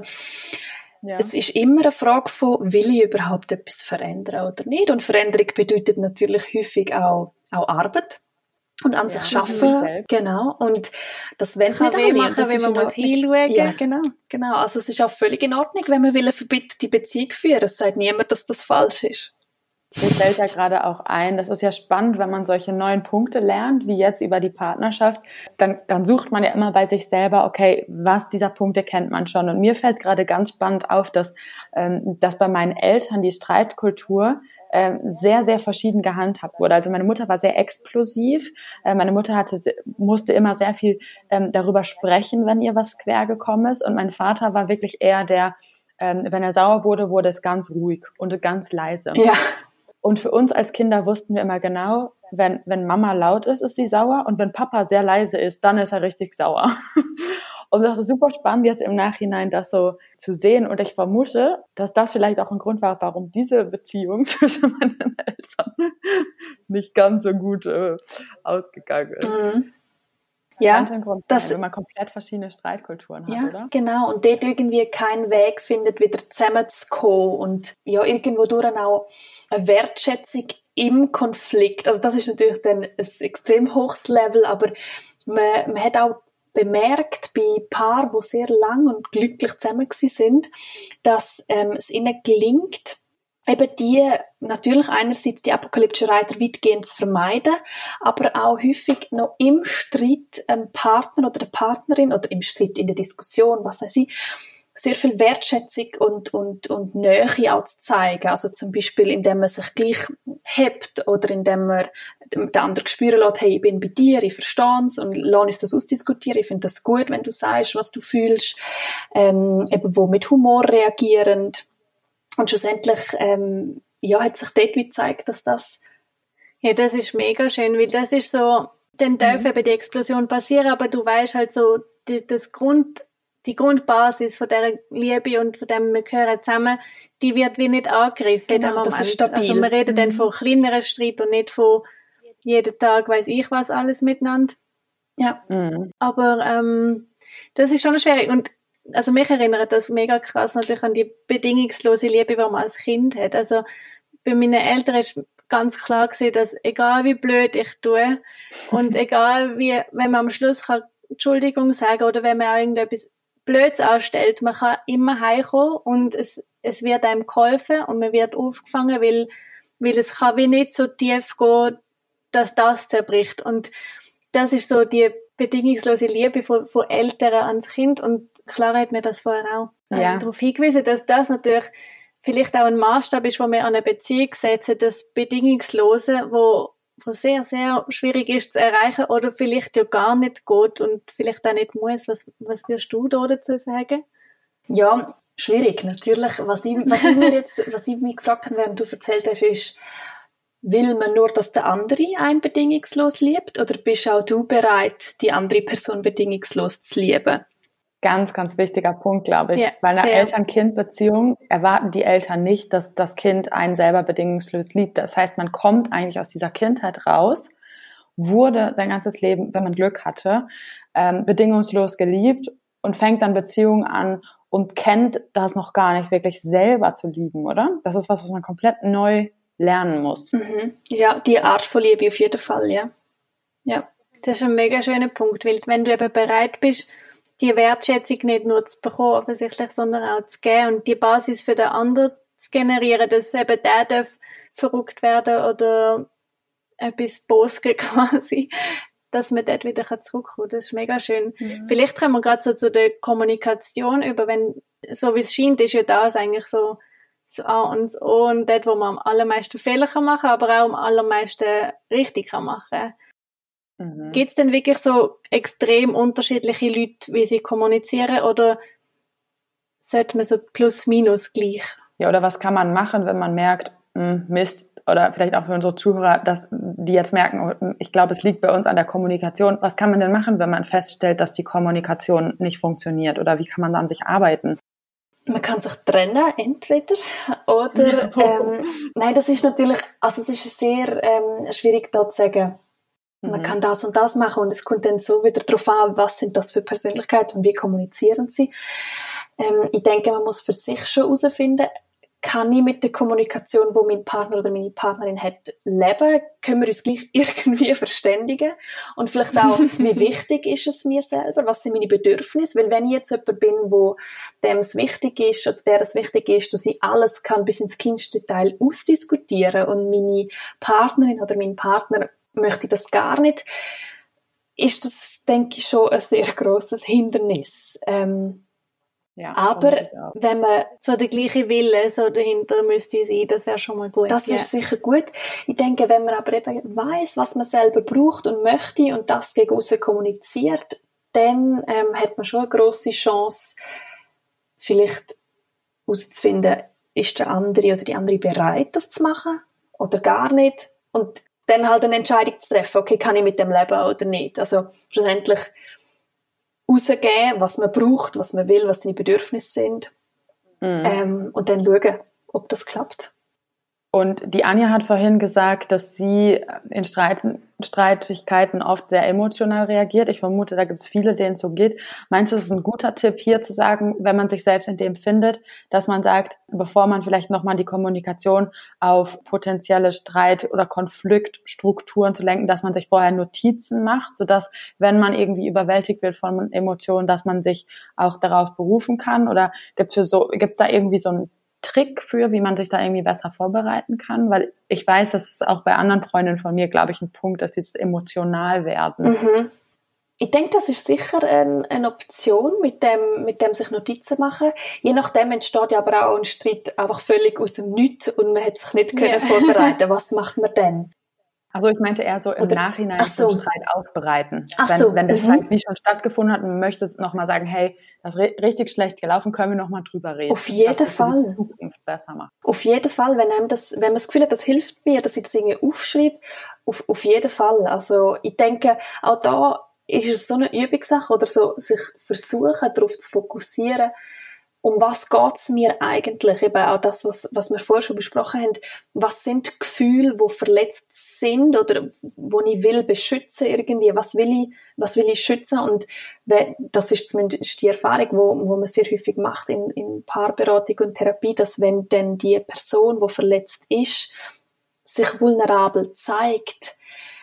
[SPEAKER 4] es ist immer eine Frage von, will ich überhaupt etwas verändern oder nicht? Und Veränderung bedeutet natürlich häufig auch Arbeit und an sich arbeiten. Genau. Und das wollen wir
[SPEAKER 2] nicht machen, wenn man muss hinschauen.
[SPEAKER 4] Ja, genau. Also es ist auch völlig in Ordnung, wenn man eine verbiterte Beziehung führen will. Es sagt niemand, dass das falsch ist.
[SPEAKER 3] Mir fällt ja gerade auch ein, das ist ja spannend, wenn man solche neuen Punkte lernt, wie jetzt über die Partnerschaft, dann sucht man ja immer bei sich selber, okay, was dieser Punkte kennt man schon. Und mir fällt gerade ganz spannend auf, dass bei meinen Eltern die Streitkultur sehr, sehr verschieden gehandhabt wurde. Also meine Mutter war sehr explosiv. Meine Mutter musste immer sehr viel darüber sprechen, wenn ihr was quer gekommen ist. Und mein Vater war wirklich eher der, wenn er sauer wurde, wurde es ganz ruhig und ganz leise.
[SPEAKER 4] Ja.
[SPEAKER 3] Und für uns als Kinder wussten wir immer genau, wenn Mama laut ist, ist sie sauer, und wenn Papa sehr leise ist, dann ist er richtig sauer. Und das ist super spannend, jetzt im Nachhinein das so zu sehen. Und ich vermute, dass das vielleicht auch ein Grund war, warum diese Beziehung zwischen meinen Eltern nicht ganz so gut ausgegangen ist.
[SPEAKER 4] Mhm. Ja,
[SPEAKER 3] wenn man komplett verschiedene Streitkulturen hat, oder?
[SPEAKER 4] Genau. Und dort irgendwie keinen Weg findet, wieder zusammenzukommen und ja, irgendwo durch auch eine Wertschätzung im Konflikt. Also das ist natürlich dann ein extrem hohes Level, aber man hat auch bemerkt bei Paaren, die sehr lang und glücklich zusammen sind, dass es ihnen gelingt, eben natürlich einerseits die apokalyptischen Reiter weitgehend zu vermeiden, aber auch häufig noch im Streit einem Partner oder der Partnerin oder im Streit in der Diskussion, was weiß ich, sehr viel Wertschätzung und Nähe auch zu zeigen. Also zum Beispiel, indem man sich gleich hebt oder indem man den anderen spüren lässt, hey, ich bin bei dir, ich verstehe es und lass uns das ausdiskutieren. Ich finde das gut, wenn du sagst, was du fühlst, eben wo mit Humor reagierend. Und schlussendlich hat sich dort wie gezeigt, dass das...
[SPEAKER 2] Ja, das ist mega schön, weil das ist so, dann darf eben die Explosion passieren, aber du weißt halt so, die Grundbasis von dieser Liebe und von dem wir gehören zusammen, die wird wie nicht angegriffen.
[SPEAKER 4] Genau, das ist stabil.
[SPEAKER 2] Also wir reden dann von kleineren Streit und nicht von jeden Tag weiss ich was alles miteinander.
[SPEAKER 4] Ja.
[SPEAKER 2] Aber das ist schon schwierig. Und also mich erinnert das mega krass natürlich an die bedingungslose Liebe, die man als Kind hat. Also bei meinen Eltern ist ganz klar gewesen, dass egal wie blöd ich tue und egal wie, wenn man am Schluss kann Entschuldigung sagen oder wenn man auch irgendetwas Blödes anstellt, man kann immer heimkommen und es wird einem geholfen und man wird aufgefangen, weil es kann wie nicht so tief gehen, dass das zerbricht. Und das ist so die bedingungslose Liebe von Eltern ans Kind. Und klar hat mir das vorher auch darauf hingewiesen, dass das natürlich vielleicht auch ein Maßstab ist, wo wir an eine Beziehung setzen, das Bedingungslose, wo sehr, sehr schwierig ist zu erreichen oder vielleicht ja gar nicht geht und vielleicht auch nicht muss. Was würdest du da dazu sagen?
[SPEAKER 4] Ja, schwierig, natürlich. Was ich mich gefragt habe, während du erzählt hast, ist, will man nur, dass der andere einen bedingungslos liebt, oder bist auch du bereit, die andere Person bedingungslos zu lieben?
[SPEAKER 3] Ganz, ganz wichtiger Punkt, glaube ich.
[SPEAKER 2] Ja,
[SPEAKER 3] Weil in einer
[SPEAKER 2] sehr.
[SPEAKER 3] Eltern-Kind-Beziehung erwarten die Eltern nicht, dass das Kind einen selber bedingungslos liebt. Das heißt, man kommt eigentlich aus dieser Kindheit raus, wurde sein ganzes Leben, wenn man Glück hatte, bedingungslos geliebt und fängt dann Beziehungen an und kennt das noch gar nicht wirklich selber zu lieben, oder? Das ist was man komplett neu lernen muss.
[SPEAKER 4] Mhm. Ja, die Art von Liebe auf jeden Fall, ja. Ja.
[SPEAKER 2] Das ist ein mega schöner Punkt, weil wenn du eben bereit bist, die Wertschätzung nicht nur zu bekommen, offensichtlich, sondern auch zu geben und die Basis für den anderen zu generieren, dass eben der darf verrückt werden oder etwas bosgen quasi, dass man dort wieder zurückkommen kann. Das ist mega schön. Vielleicht kommen wir gerade so zu der Kommunikation über, wenn, so wie es scheint, ist ja das eigentlich so A und das O und dort, wo man am allermeisten Fehler machen kann, aber auch am allermeisten richtig machen kann. Gibt es denn wirklich so extrem unterschiedliche Leute, wie sie kommunizieren, oder sollte man so plus minus gleich?
[SPEAKER 3] Ja, oder was kann man machen, wenn man merkt, Mist, oder vielleicht auch für unsere Zuhörer, dass die jetzt merken, ich glaube, es liegt bei uns an der Kommunikation. Was kann man denn machen, wenn man feststellt, dass die Kommunikation nicht funktioniert, oder wie kann man da an sich arbeiten?
[SPEAKER 4] Man kann sich trennen, entweder, oder, nein, das ist natürlich, also es ist sehr schwierig da zu sagen, man kann das und das machen, und es kommt dann so wieder darauf an, was sind das für Persönlichkeiten und wie kommunizieren sie. Ich denke, man muss für sich schon herausfinden, kann ich mit der Kommunikation, die mein Partner oder meine Partnerin hat, leben? Können wir uns gleich irgendwie verständigen? Und vielleicht auch, wie wichtig ist es mir selber? Was sind meine Bedürfnisse? Weil wenn ich jetzt jemand bin, wo dem es wichtig ist oder der es wichtig ist, dass ich alles kann bis ins kleinste Detail ausdiskutieren, und meine Partnerin oder mein Partner möchte das gar nicht, ist das, denke ich, schon ein sehr grosses Hindernis.
[SPEAKER 3] Ja,
[SPEAKER 4] aber wenn man
[SPEAKER 2] so der gleiche Wille so dahinter müsste sein, das wäre schon mal gut.
[SPEAKER 4] Das ist sicher gut. Ich denke, wenn man aber eben weiss, was man selber braucht und möchte und das gegen aussen kommuniziert, dann hat man schon eine grosse Chance, vielleicht herauszufinden, ist der andere oder die andere bereit, das zu machen oder gar nicht. Und dann halt eine Entscheidung zu treffen, okay, kann ich mit dem leben oder nicht. Also schlussendlich rausgeben, was man braucht, was man will, was seine Bedürfnisse sind. Und dann schauen, ob das klappt.
[SPEAKER 3] Und die Anja hat vorhin gesagt, dass sie in Streitigkeiten oft sehr emotional reagiert. Ich vermute, da gibt es viele, denen es so geht. Meinst du, es ist ein guter Tipp, hier zu sagen, wenn man sich selbst in dem findet, dass man sagt, bevor man vielleicht nochmal die Kommunikation auf potenzielle Streit- oder Konfliktstrukturen zu lenken, dass man sich vorher Notizen macht, sodass, wenn man irgendwie überwältigt wird von Emotionen, dass man sich auch darauf berufen kann? Oder gibt's da irgendwie so einen Trick für, wie man sich da irgendwie besser vorbereiten kann? Weil ich weiß, das ist auch bei anderen Freundinnen von mir, glaube ich, ein Punkt, dass dieses emotional werden.
[SPEAKER 4] Ich denke, das ist sicher eine Option, mit dem sich Notizen machen. Je nachdem entsteht ja aber auch ein Streit einfach völlig aus dem Nichts und man hat sich nicht können vorbereiten. Was macht man dann?
[SPEAKER 3] Also ich meinte eher so im Nachhinein den Streit aufbereiten. Wenn der Streit wie schon stattgefunden hat und man möchte es nochmal sagen, hey, das ist richtig schlecht gelaufen, können wir nochmal drüber reden.
[SPEAKER 4] Auf jeden Fall.
[SPEAKER 3] Die Zukunft besser machen.
[SPEAKER 4] Auf jeden Fall, wenn man das Gefühl hat, das hilft mir, dass ich das irgendwie aufschreibe, auf jeden Fall. Also ich denke, auch da ist es so eine Übungssache oder so, sich versuchen, darauf zu fokussieren, um was geht's mir eigentlich? Eben auch das, was wir vorher schon besprochen haben. Was sind Gefühle, die verletzt sind oder wo ich will beschützen irgendwie? Was will ich schützen? Und das ist zumindest die Erfahrung, wo man sehr häufig macht in Paarberatung und Therapie, dass wenn dann die Person, die verletzt ist, sich vulnerabel zeigt,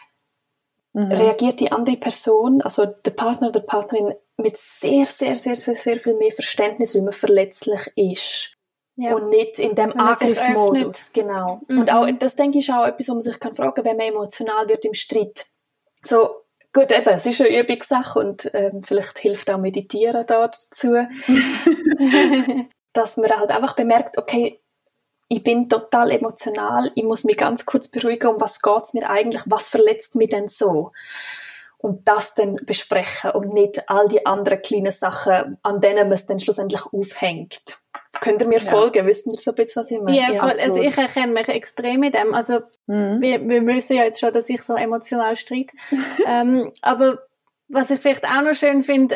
[SPEAKER 4] reagiert die andere Person, also der Partner oder die Partnerin, mit sehr, sehr, sehr, sehr, sehr viel mehr Verständnis, wie man verletzlich ist. Ja. Und nicht in dem Angriffsmodus. Genau. Und auch, das denke ich, ist auch etwas, wo man sich fragen kann, wenn man emotional wird im Streit. So, gut, eben, es ist eine Übungssache und vielleicht hilft auch Meditieren da dazu. Dass man halt einfach bemerkt, okay, ich bin total emotional, ich muss mich ganz kurz beruhigen, um was geht es mir eigentlich, was verletzt mich denn so? Und das dann besprechen und nicht all die anderen kleinen Sachen, an denen man es dann schlussendlich aufhängt. Könnt ihr mir folgen? Wisst ihr so ein bisschen, was ich meine?
[SPEAKER 2] Ja, voll. Also ich erkenne mich extrem mit dem. Also wir wissen ja jetzt schon, dass ich so emotional streite. Aber was ich vielleicht auch noch schön finde,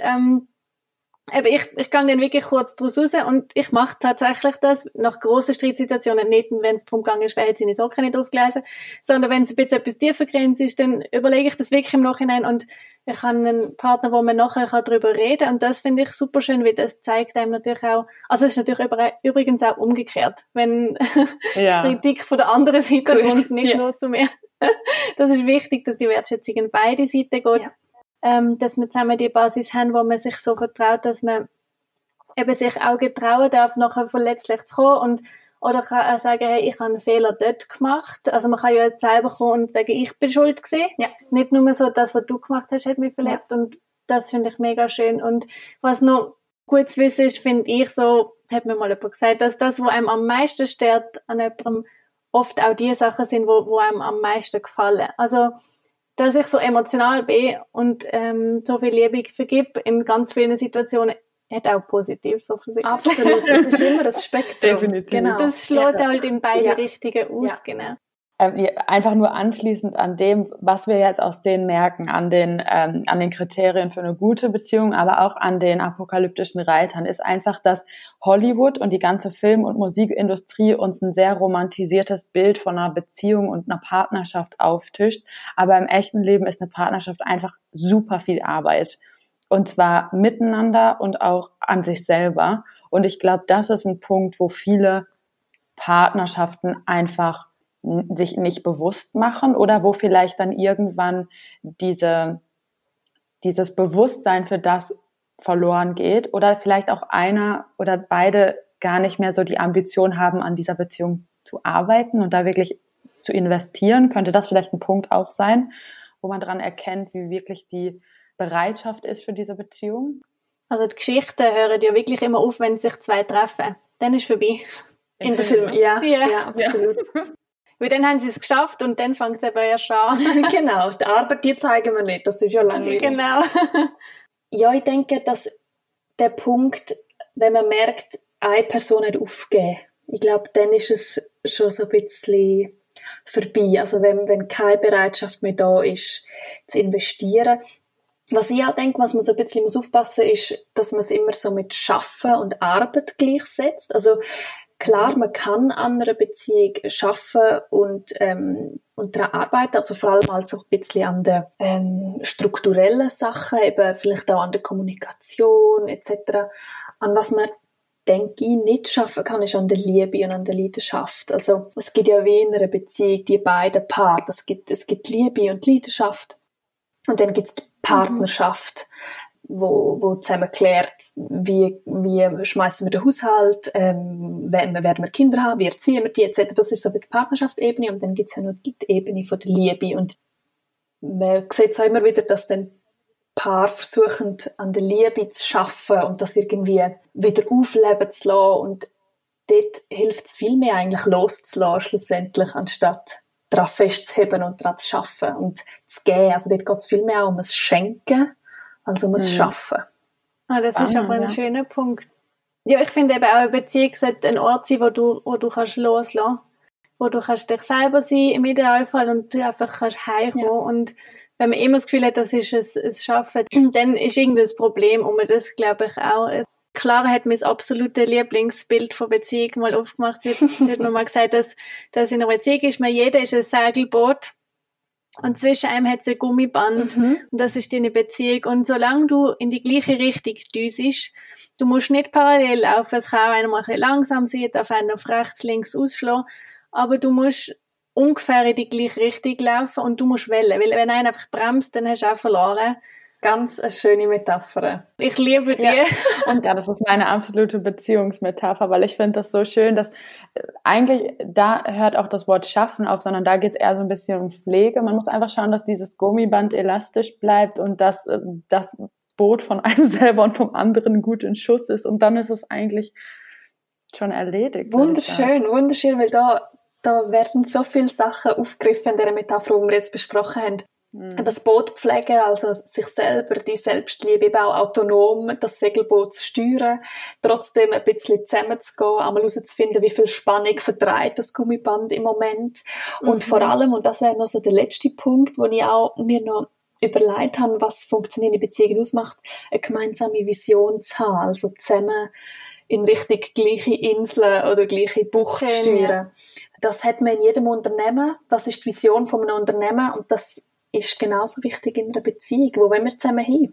[SPEAKER 2] eben ich gehe dann wirklich kurz draus raus und ich mache tatsächlich das nach grossen Streitsituationen, nicht wenn es darum gegangen ist, wer hat seine Socken nicht aufgelesen, sondern wenn es ein bisschen etwas tiefergehend ist, dann überlege ich das wirklich im Nachhinein und ich habe einen Partner, wo man nachher darüber reden kann und das finde ich super schön, weil das zeigt einem natürlich auch, also es ist natürlich übrigens auch umgekehrt, wenn Kritik von der anderen Seite kommt, nicht nur zu mir. Das ist wichtig, dass die Wertschätzung in beide Seiten geht. Ja. Dass wir zusammen die Basis haben, wo man sich so vertraut, dass man eben sich auch getrauen darf, nachher verletzlich zu kommen oder kann auch sagen, hey, ich habe einen Fehler dort gemacht. Also man kann ja jetzt selber kommen und sagen, ich bin schuld gewesen. Ja. Nicht nur so, das, was du gemacht hast, hat mich verletzt und das finde ich mega schön. Und was noch gut zu wissen ist, finde ich so, hat mir mal jemand gesagt, dass das, was einem am meisten stört an jemandem, oft auch die Sachen sind, wo einem am meisten gefallen. Also dass ich so emotional bin und so viel Liebe vergib in ganz vielen Situationen, hat auch positiv so für sich.
[SPEAKER 4] Absolut, das ist immer das Spektrum.
[SPEAKER 3] Definitiv.
[SPEAKER 2] Genau. Das schlägt halt in beide Richtungen aus, genau.
[SPEAKER 3] Einfach nur anschließend an dem, was wir jetzt aus denen merken, an den Kriterien für eine gute Beziehung, aber auch an den apokalyptischen Reitern, ist einfach, dass Hollywood und die ganze Film- und Musikindustrie uns ein sehr romantisiertes Bild von einer Beziehung und einer Partnerschaft auftischt. Aber im echten Leben ist eine Partnerschaft einfach super viel Arbeit. Und zwar miteinander und auch an sich selber. Und ich glaube, das ist ein Punkt, wo viele Partnerschaften einfach sich nicht bewusst machen oder wo vielleicht dann irgendwann dieses Bewusstsein für das verloren geht oder vielleicht auch einer oder beide gar nicht mehr so die Ambition haben, an dieser Beziehung zu arbeiten und da wirklich zu investieren. Könnte das vielleicht ein Punkt auch sein, wo man daran erkennt, wie wirklich die Bereitschaft ist für diese Beziehung?
[SPEAKER 2] Also die Geschichten hören ja wirklich immer auf, wenn sich zwei treffen. Dann ist es vorbei.
[SPEAKER 4] In den Filmen, ja, absolut.
[SPEAKER 2] Ja. Weil dann haben sie es geschafft und dann fängt es eben erst an.
[SPEAKER 4] Genau, die Arbeit, die zeigen wir nicht, das ist ja langweilig.
[SPEAKER 2] Genau.
[SPEAKER 4] Ja, ich denke, dass der Punkt, wenn man merkt, eine Person hat aufgegeben, ich glaube, dann ist es schon so ein bisschen vorbei. Also wenn keine Bereitschaft mehr da ist, zu investieren. Was ich auch denke, was man so ein bisschen aufpassen muss, ist, dass man es immer so mit Schaffen und Arbeit gleichsetzt. Also klar, man kann an einer Beziehung arbeiten und daran arbeiten, also vor allem halt so ein bisschen an den strukturellen Sachen, eben vielleicht auch an der Kommunikation etc. An was man, denke ich, nicht schaffen kann, ist an der Liebe und an der Leidenschaft. Also es gibt ja wie in einer Beziehung die beiden Paare. Es gibt Liebe und Leidenschaft und dann gibt es die Partnerschaft. Wo zusammen klärt, wie schmeißen wir den Haushalt, werden wir Kinder haben, wie erziehen wir die, etc. Das ist so ein bisschen die Partnerschaftsebene und dann gibt es ja noch die Ebene von der Liebe und man sieht es auch immer wieder, dass dann Paar versuchen, an der Liebe zu arbeiten und das irgendwie wieder aufleben zu lassen und dort hilft es viel mehr eigentlich loszulassen schlussendlich, anstatt daran festzuheben und daran zu arbeiten und zu geben. Also dort geht es viel mehr um das Schenken, also muss es schaffen.
[SPEAKER 2] Das ist aber ein schöner Punkt. Ja, ich finde eben auch, eine Beziehung sollte ein Ort sein, wo du kannst loslassen, wo du kannst dich selber sein im Idealfall und du einfach kannst heimkommen. Und wenn man immer das Gefühl hat, das ist es Schaffen, dann ist irgendein Problem und das glaube ich auch. Clara hat mir das absolute Lieblingsbild von Beziehung mal aufgemacht. Sie hat mir mal gesagt, dass in einer Beziehung ist, jeder ist ein Segelboot. Und zwischen einem hat es ein Gummiband. Und das ist deine Beziehung. Und solange du in die gleiche Richtung düsest, du musst nicht parallel laufen. Es kann auch einer mal ein bisschen langsam sein, darf einen auf rechts, links ausschlagen. Aber du musst ungefähr in die gleiche Richtung laufen und du musst wählen. Weil wenn einer einfach bremst, dann hast du auch verloren.
[SPEAKER 4] Ganz eine schöne Metapher.
[SPEAKER 2] Ich liebe die. Ja.
[SPEAKER 3] Und ja, das ist meine absolute Beziehungsmetapher, weil ich finde das so schön, dass eigentlich, da hört auch das Wort Schaffen auf, sondern da geht es eher so ein bisschen um Pflege. Man muss einfach schauen, dass dieses Gummiband elastisch bleibt und dass das Boot von einem selber und vom anderen gut in Schuss ist und dann ist es eigentlich schon erledigt.
[SPEAKER 4] Wunderschön, wunderschön, weil da werden so viele Sachen aufgegriffen in dieser Metapher, die wir jetzt besprochen haben. das Boot pflegen, also sich selber, die Selbstliebe, eben auch autonom das Segelboot zu steuern, trotzdem ein bisschen zusammenzugehen, einmal herauszufinden, wie viel Spannung vertreibt das Gummiband im Moment. Und vor allem, und das wäre noch so der letzte Punkt, wo ich auch mir noch überlegt habe, was funktionierende Beziehungen ausmacht, eine gemeinsame Vision zu haben, also zusammen in Richtung gleiche Inseln oder gleiche Bucht steuern. Ja. Das hat man in jedem Unternehmen. Was ist die Vision von einem Unternehmen? Und das ist genauso wichtig in einer Beziehung. Wo wollen wir zusammen hin?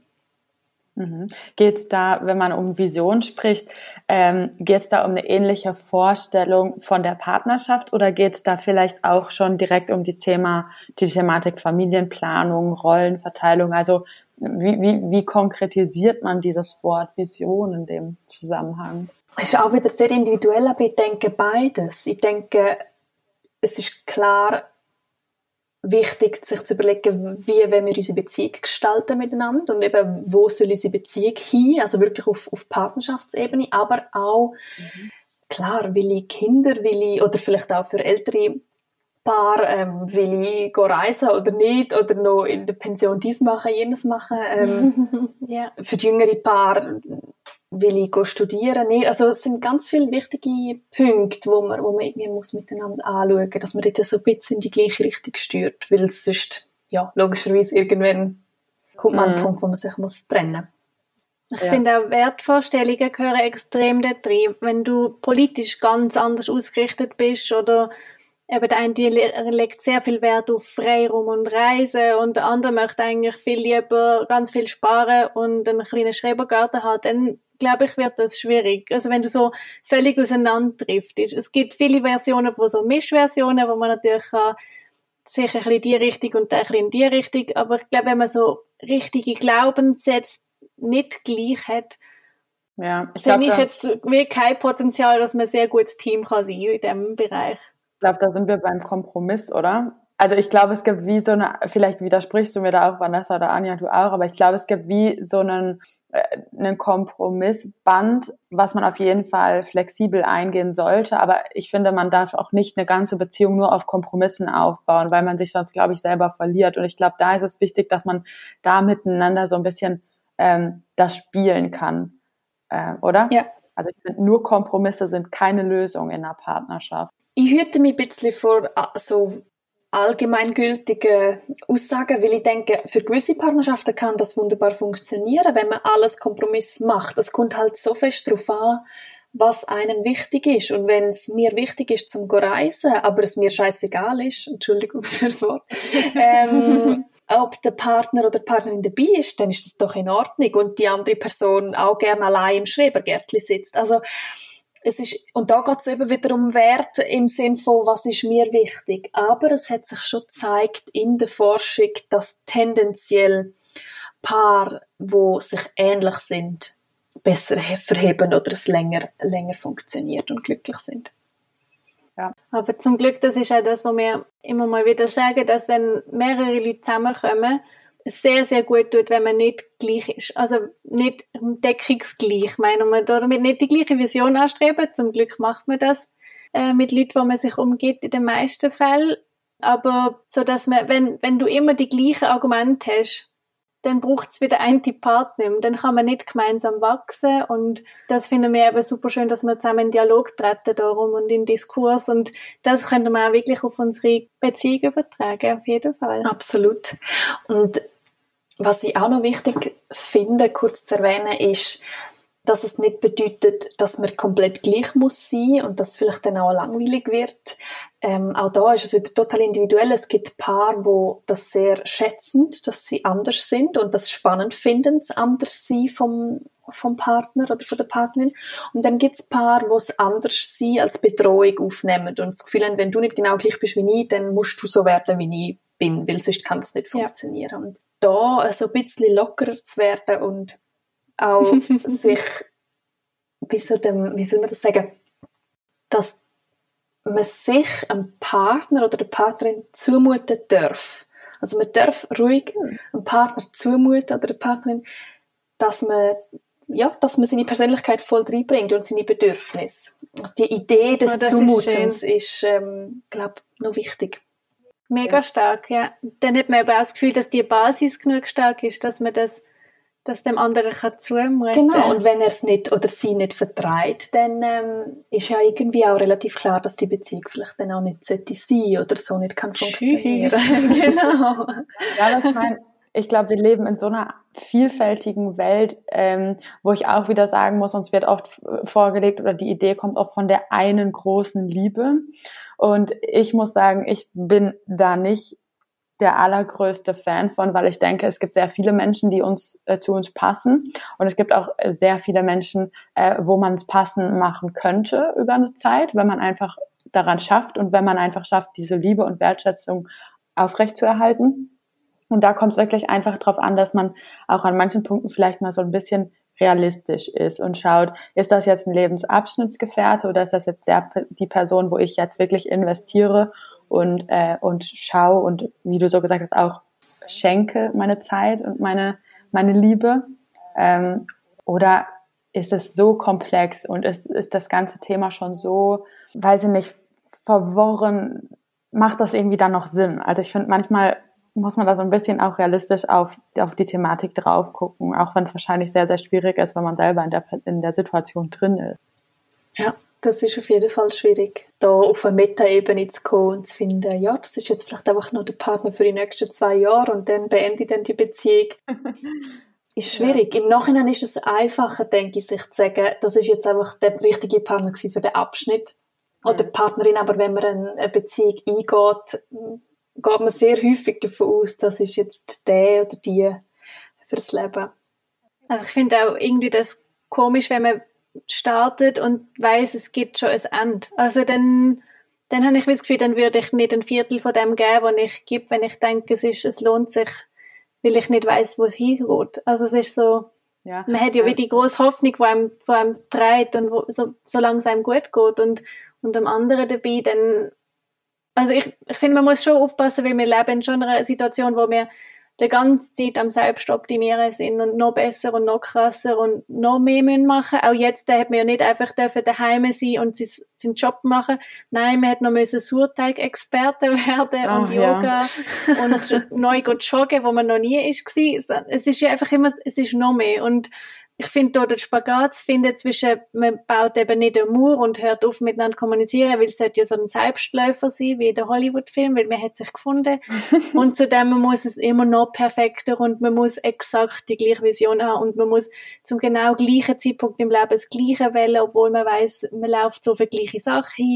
[SPEAKER 3] Geht es da, wenn man um Vision spricht, geht es da um eine ähnliche Vorstellung von der Partnerschaft oder geht es da vielleicht auch schon direkt um die Thematik Familienplanung, Rollenverteilung? Also wie konkretisiert man dieses Wort Vision in dem Zusammenhang?
[SPEAKER 4] Es ist auch wieder sehr individuell, aber ich denke beides. Ich denke, es ist klar wichtig, sich zu überlegen, wie wollen wir unsere Beziehung gestalten miteinander und eben, wo soll unsere Beziehung hin, also wirklich auf Partnerschaftsebene, aber auch, klar, will ich Kinder, oder vielleicht auch für ältere Paar, will ich reisen oder nicht, oder noch in der Pension dies machen, jenes machen,
[SPEAKER 2] ja.
[SPEAKER 4] Für die jüngere Paar will ich studieren, nicht. Also es sind ganz viele wichtige Punkte, wo man irgendwie muss miteinander anschauen, dass man dort so ein bisschen in die gleiche Richtung steuert, weil es sonst, ja, logischerweise irgendwann kommt man an den Punkt, wo man sich trennen muss.
[SPEAKER 2] Ich finde auch Wertvorstellungen gehören extrem dort rein. Wenn du politisch ganz anders ausgerichtet bist oder eben der eine legt sehr viel Wert auf Freiraum und Reisen und der andere möchte eigentlich viel lieber ganz viel sparen und einen kleinen Schrebergarten haben, dann glaube ich, wird das schwierig. Also wenn du so völlig auseinander driftest. Es gibt viele Versionen von so Mischversionen, wo man natürlich sicher ein bisschen in die Richtung und ein bisschen in die Richtung, aber ich glaube, wenn man so richtige Glaubenssätze nicht gleich hat, sehe ich jetzt wirklich kein Potenzial, dass man ein sehr gutes Team kann sein in diesem Bereich.
[SPEAKER 3] Ich glaube, da sind wir beim Kompromiss, oder? Also ich glaube, es gibt wie so eine, vielleicht widersprichst du mir da auch, Vanessa oder Anja, du auch, aber ich glaube, es gibt wie so einen Kompromissband, was man auf jeden Fall flexibel eingehen sollte, aber ich finde, man darf auch nicht eine ganze Beziehung nur auf Kompromissen aufbauen, weil man sich sonst, glaube ich, selber verliert und ich glaube, da ist es wichtig, dass man da miteinander so ein bisschen das spielen kann, oder?
[SPEAKER 4] Ja.
[SPEAKER 3] Also ich finde, nur Kompromisse sind keine Lösung in einer Partnerschaft.
[SPEAKER 4] Ich hüte mich ein bisschen vor so allgemeingültige Aussagen, weil ich denke, für gewisse Partnerschaften kann das wunderbar funktionieren, wenn man alles Kompromiss macht. Es kommt halt so fest darauf an, was einem wichtig ist. Und wenn es mir wichtig ist, zum reisen, aber es mir scheißegal ist, Entschuldigung fürs Wort, ob der Partner oder die Partnerin dabei ist, dann ist das doch in Ordnung. Und die andere Person auch gerne allein im Schrebergärtchen sitzt. Also, und da geht es eben wieder um Wert im Sinn von, was ist mir wichtig. Aber es hat sich schon gezeigt in der Forschung, dass tendenziell Paare, die sich ähnlich sind, besser verheben oder es länger funktioniert und glücklich sind.
[SPEAKER 2] Ja. Aber zum Glück, das ist auch das, was wir immer mal wieder sagen, dass wenn mehrere Leute zusammenkommen, es sehr, sehr gut tut, wenn man nicht gleich ist. Also nicht deckungsgleich, meinen wir, oder mit nicht die gleiche Vision anstreben. Zum Glück macht man das mit Leuten, wo man sich umgibt, in den meisten Fällen. Aber so, dass man, wenn du immer die gleichen Argumente hast, dann braucht es wieder einen Partner. Dann kann man nicht gemeinsam wachsen. Und das finden wir eben super schön, dass wir zusammen in Dialog treten darum und in Diskurs. Und das können wir auch wirklich auf unsere Beziehung übertragen, auf jeden Fall.
[SPEAKER 4] Absolut. Und was ich auch noch wichtig finde, kurz zu erwähnen, ist, dass es nicht bedeutet, dass man komplett gleich muss sein und dass es vielleicht dann auch langweilig wird. Auch da ist es wieder total individuell. Es gibt Paare, die das sehr schätzen, dass sie anders sind und das spannend finden, das Anderssein vom Partner oder von der Partnerin. Und dann gibt es Paare, die es Anderssein als Bedrohung aufnehmen und das Gefühl haben, wenn du nicht genau gleich bist wie ich, dann musst du so werden, wie ich bin, weil sonst kann das nicht funktionieren. Ja. Und da so ein bisschen lockerer zu werden und auch sich, wie soll man das sagen, dass man sich einem Partner oder der Partnerin zumuten darf. Also man darf ruhig einem Partner zumuten oder der Partnerin, dass man seine Persönlichkeit voll reinbringt und seine Bedürfnisse. Also die Idee des Zumutens ist glaube ich, noch wichtig.
[SPEAKER 2] Mega stark, ja. Dann hat man aber auch das Gefühl, dass die Basis genug stark ist, dass man das dem anderen zumuten kann.
[SPEAKER 4] Genau, und wenn er es nicht oder sie nicht vertreibt, dann ist ja irgendwie auch relativ klar, dass die Beziehung vielleicht dann auch nicht sollte sein oder so nicht kann funktionieren. Genau.
[SPEAKER 3] Ja, ich glaube, wir leben in so einer vielfältigen Welt, wo ich auch wieder sagen muss, uns wird oft vorgelegt oder die Idee kommt oft von der einen großen Liebe. Und ich muss sagen, ich bin da nicht der allergrößte Fan von, weil ich denke, es gibt sehr viele Menschen, die zu uns passen, und es gibt auch sehr viele Menschen, wo man es passend machen könnte über eine Zeit, wenn man einfach daran schafft und wenn man einfach schafft, diese Liebe und Wertschätzung aufrechtzuerhalten. Und da kommt es wirklich einfach drauf an, dass man auch an manchen Punkten vielleicht mal so ein bisschen realistisch ist und schaut, ist das jetzt ein Lebensabschnittsgefährte oder ist das jetzt die Person, wo ich jetzt wirklich investiere und schaue und, wie du so gesagt hast, auch schenke meine Zeit und meine Liebe? Oder ist es so komplex und ist das ganze Thema schon so, weiß ich nicht, verworren, macht das irgendwie dann noch Sinn? Also ich finde, manchmal muss man da so ein bisschen auch realistisch auf die Thematik drauf gucken, auch wenn es wahrscheinlich sehr, sehr schwierig ist, wenn man selber in der Situation drin ist.
[SPEAKER 4] Ja, das ist auf jeden Fall schwierig, da auf eine Meta-Ebene zu kommen und zu finden, ja, das ist jetzt vielleicht einfach nur der Partner für die nächsten 2 Jahre und dann beende ich dann die Beziehung. Ist schwierig. Ja. Im Nachhinein ist es einfacher, denke ich, sich zu sagen, das ist jetzt einfach der richtige Partner für den Abschnitt. Oder die Partnerin, aber wenn man eine Beziehung eingeht, geht man sehr häufig davon aus, das ist jetzt der oder die fürs Leben.
[SPEAKER 2] Also ich finde auch irgendwie das komisch, wenn man startet und weiss, es gibt schon ein Ende. Also dann habe ich das Gefühl, dann würde ich nicht ein Viertel von dem geben, was ich gebe, wenn ich denke, es lohnt sich, weil ich nicht weiss, wo es hingeht. Also es ist so, ja, man hat ja wie die grosse Hoffnung, die einem trägt und solange es einem gut geht und am anderen dabei dann, also ich finde, man muss schon aufpassen, weil wir leben in schon einer Situation, wo wir die ganze Zeit am Selbstoptimieren sind und noch besser und noch krasser und noch mehr machen müssen. Auch jetzt hat man ja nicht einfach daheim sein und seinen Job machen. Nein, man hat noch Sauerteig-Experte werden und Yoga und neu joggen, wo man noch nie war. Es ist ja einfach immer, es ist noch mehr. Und ich finde dort den Spagat zu finden zwischen, man baut eben nicht eine Mauer und hört auf miteinander kommunizieren, weil es sollte ja so ein Selbstläufer sein, wie in der Hollywood-Film, weil man hat sich gefunden. Und zudem muss es immer noch perfekter und man muss exakt die gleiche Vision haben und man muss zum genau gleichen Zeitpunkt im Leben das Gleiche wählen, obwohl man weiss, man läuft so für die gleiche Sache hin.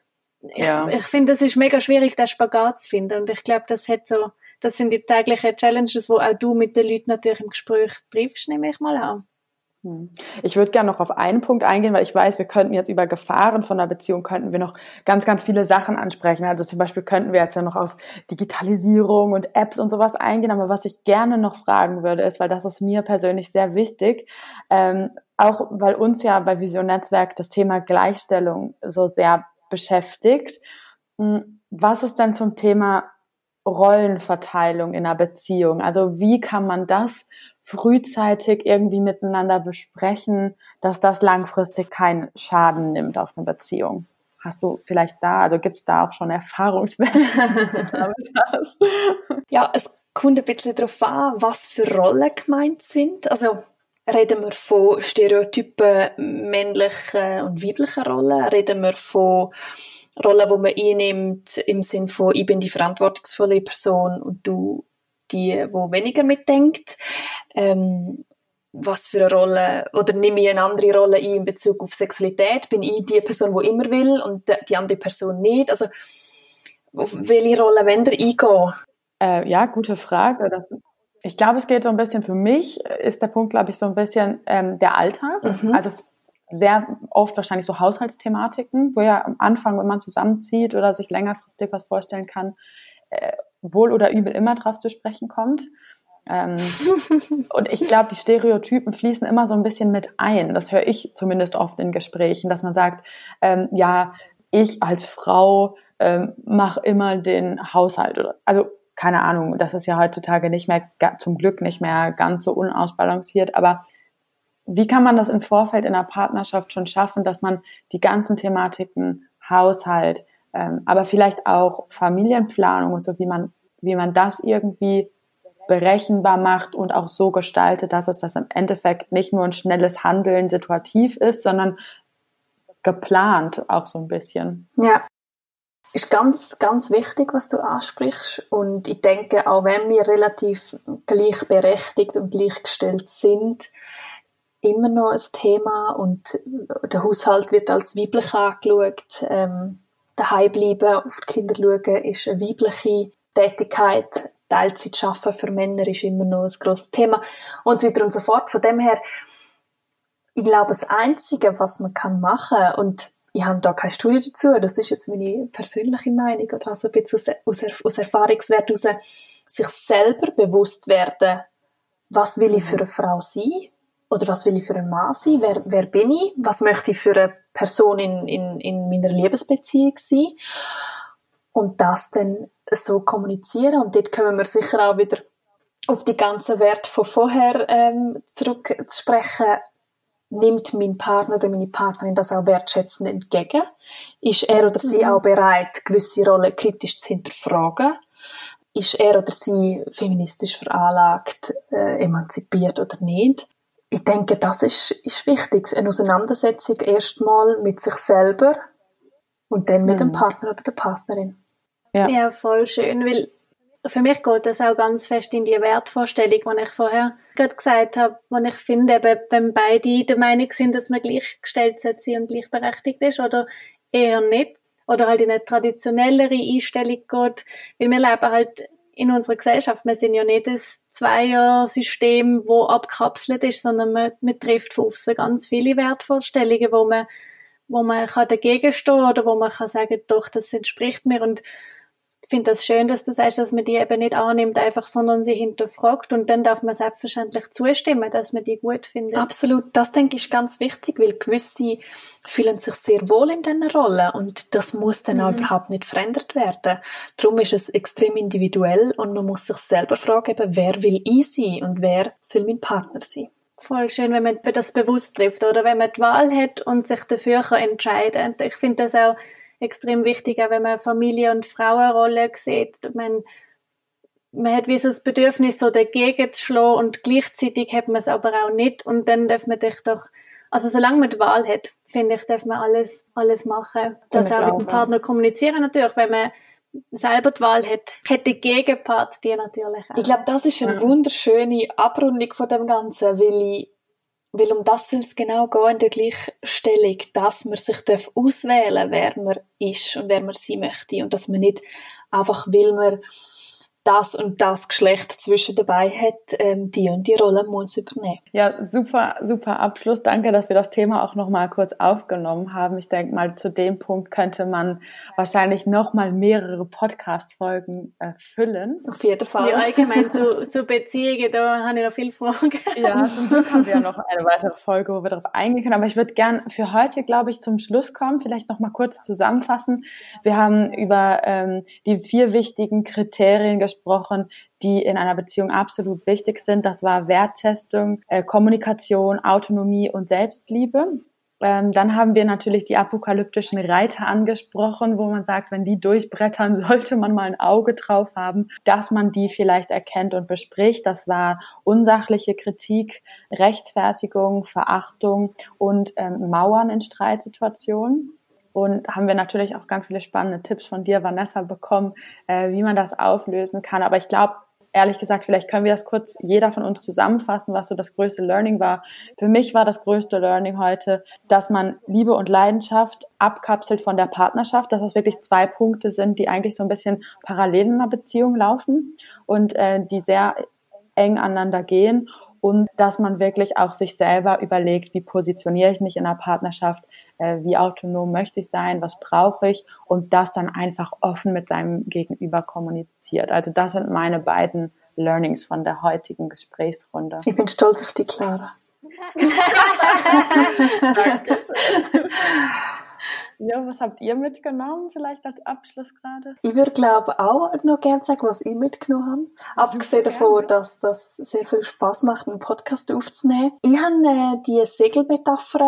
[SPEAKER 2] Ich finde, das ist mega schwierig, den Spagat zu finden. Und ich glaube, das sind die täglichen Challenges, wo auch du mit den Leuten natürlich im Gespräch triffst, nehme ich mal an.
[SPEAKER 3] Ich würde gerne noch auf einen Punkt eingehen, weil ich weiß, wir könnten jetzt über Gefahren von einer Beziehung, könnten wir noch ganz, ganz viele Sachen ansprechen. Also zum Beispiel könnten wir jetzt ja noch auf Digitalisierung und Apps und sowas eingehen. Aber was ich gerne noch fragen würde, ist, weil das ist mir persönlich sehr wichtig, auch weil uns ja bei Vision Netzwerk das Thema Gleichstellung so sehr beschäftigt. Was ist denn zum Thema Rollenverteilung in einer Beziehung? Also wie kann man das frühzeitig irgendwie miteinander besprechen, dass das langfristig keinen Schaden nimmt auf eine Beziehung? Hast du vielleicht gibt's da auch schon Erfahrungswerte?
[SPEAKER 4] Ja, es kommt ein bisschen darauf an, was für Rollen gemeint sind. Also reden wir von Stereotypen männlicher und weiblicher Rollen? Reden wir von Rollen, die man einnimmt im Sinn von, ich bin die verantwortungsvolle Person und du die weniger mitdenkt? Was für eine Rolle, oder nehme ich eine andere Rolle ein in Bezug auf Sexualität? Bin ich die Person, die immer will und die andere Person nicht? Also, auf welche Rolle wollt ihr eingehen?
[SPEAKER 3] Ja, gute Frage. Ich glaube, es geht so ein bisschen, für mich ist der Punkt, glaube ich, so ein bisschen der Alltag. Also sehr oft wahrscheinlich so Haushaltsthematiken, wo ja am Anfang, wenn man zusammenzieht oder sich längerfristig was vorstellen kann, wohl oder übel immer drauf zu sprechen kommt. Und ich glaube, die Stereotypen fließen immer so ein bisschen mit ein. Das höre ich zumindest oft in Gesprächen, dass man sagt, ja, ich als Frau mache immer den Haushalt. Also keine Ahnung, das ist ja heutzutage zum Glück nicht mehr ganz so unausbalanciert, aber wie kann man das im Vorfeld in einer Partnerschaft schon schaffen, dass man die ganzen Thematiken Haushalt, aber vielleicht auch Familienplanung und so, wie man das irgendwie berechenbar macht und auch so gestaltet, dass es das im Endeffekt nicht nur ein schnelles Handeln situativ ist, sondern geplant auch so ein bisschen.
[SPEAKER 4] Ja, ist ganz, ganz wichtig, was du ansprichst. Und ich denke, auch wenn wir relativ gleichberechtigt und gleichgestellt sind, immer noch ein Thema und der Haushalt wird als weiblich angeschaut. Daheim bleiben, auf die Kinder schauen, ist eine weibliche Tätigkeit. Teilzeit arbeiten für Männer ist immer noch ein grosses Thema und so weiter und so fort. Von dem her, ich glaube, das Einzige, was man machen kann, und ich habe da keine Studie dazu, das ist jetzt meine persönliche Meinung oder also ein bisschen aus Erfahrungswert heraus, sich selber bewusst werden, was will ich für eine Frau sein oder was will ich für einen Mann sein, wer bin ich, was möchte ich für eine Person in meiner Liebesbeziehung sein und das dann so kommunizieren. Und dort kommen wir sicher auch wieder auf die ganzen Werte von vorher zurück zu sprechen. Nimmt mein Partner oder meine Partnerin das auch wertschätzend entgegen? Ist er oder sie auch bereit, gewisse Rollen kritisch zu hinterfragen? Ist er oder sie feministisch veranlagt, emanzipiert oder nicht? Ich denke, das ist wichtig. Eine Auseinandersetzung erstmal mit sich selber und dann mit dem Partner oder der Partnerin.
[SPEAKER 2] Ja, voll schön, weil für mich geht das auch ganz fest in die Wertvorstellung, die ich vorher gerade gesagt habe, wo ich finde, eben, wenn beide der Meinung sind, dass man gleichgestellt sein und gleichberechtigt ist oder eher nicht, oder halt in eine traditionellere Einstellung geht, weil wir leben halt in unserer Gesellschaft, wir sind ja nicht ein Zweiersystem, wo abkapselt ist, sondern man trifft von aussen ganz viele Wertvorstellungen, wo man kann dagegen stehen oder wo man kann sagen, doch, das entspricht mir. Und ich finde das schön, dass du sagst, dass man die eben nicht annimmt, einfach, sondern sie hinterfragt. Und dann darf man selbstverständlich zustimmen, dass man die gut findet.
[SPEAKER 4] Absolut. Das, denke ich, ist ganz wichtig, weil gewisse fühlen sich sehr wohl in dieser Rolle und das muss dann auch überhaupt nicht verändert werden. Darum ist es extrem individuell und man muss sich selber fragen, eben, wer will ich sein und wer soll mein Partner sein.
[SPEAKER 2] Voll schön, wenn man das bewusst trifft oder wenn man die Wahl hat und sich dafür entscheiden kann. Ich finde das auch extrem wichtig, auch wenn man Familie- und Frauenrolle sieht. Man hat wie so das Bedürfnis, so dagegen zu schlagen und gleichzeitig hat man es aber auch nicht. Und dann darf man dich doch, also solange man die Wahl hat, finde ich, darf man alles machen. Das auch mit dem Partner kommunizieren natürlich, wenn man selber die Wahl hat der Gegenpart die natürlich auch.
[SPEAKER 4] Ich glaube, das ist eine wunderschöne Abrundung von dem Ganzen, weil um das soll es genau gehen in der Gleichstellung, dass man sich auswählen darf, wer man ist und wer man sein möchte und dass man nicht einfach, weil man das und das Geschlecht zwischen dabei hat, die und die Rolle muss übernehmen.
[SPEAKER 3] Ja, super, super Abschluss. Danke, dass wir das Thema auch noch mal kurz aufgenommen haben. Ich denke mal, zu dem Punkt könnte man wahrscheinlich noch mal mehrere Podcast-Folgen füllen.
[SPEAKER 4] Auf jeden Fall.
[SPEAKER 2] Ja, allgemein zu Beziehungen, da habe ich noch viele Fragen.
[SPEAKER 3] Ja, zum Glück haben wir ja noch eine weitere Folge, wo wir darauf eingehen können. Aber ich würde gern für heute, glaube ich, zum Schluss kommen, vielleicht noch mal kurz zusammenfassen. Wir haben über die 4 wichtigen Kriterien gesprochen, die in einer Beziehung absolut wichtig sind. Das war Wertschätzung, Kommunikation, Autonomie und Selbstliebe. Dann haben wir natürlich die apokalyptischen Reiter angesprochen, wo man sagt, wenn die durchbrettern, sollte man mal ein Auge drauf haben, dass man die vielleicht erkennt und bespricht. Das war unsachliche Kritik, Rechtfertigung, Verachtung und Mauern in Streitsituationen. Und haben wir natürlich auch ganz viele spannende Tipps von dir, Vanessa, bekommen, wie man das auflösen kann. Aber ich glaube, ehrlich gesagt, vielleicht können wir das kurz jeder von uns zusammenfassen, was so das größte Learning war. Für mich war das größte Learning heute, dass man Liebe und Leidenschaft abkapselt von der Partnerschaft, dass das wirklich 2 Punkte sind, die eigentlich so ein bisschen parallel in einer Beziehung laufen und die sehr eng aneinander gehen. Und dass man wirklich auch sich selber überlegt, wie positioniere ich mich in einer Partnerschaft, wie autonom möchte ich sein, was brauche ich und das dann einfach offen mit seinem Gegenüber kommuniziert. Also das sind meine beiden Learnings von der heutigen Gesprächsrunde.
[SPEAKER 4] Ich bin stolz auf dich, Clara.
[SPEAKER 3] Dankeschön. Ja, was habt ihr mitgenommen, vielleicht als Abschluss gerade?
[SPEAKER 4] Ich würde, glaube auch noch gerne sagen, was ich mitgenommen habe. Abgesehen davon, dass das sehr viel Spaß macht, einen Podcast aufzunehmen. Ich habe die Segelmetapher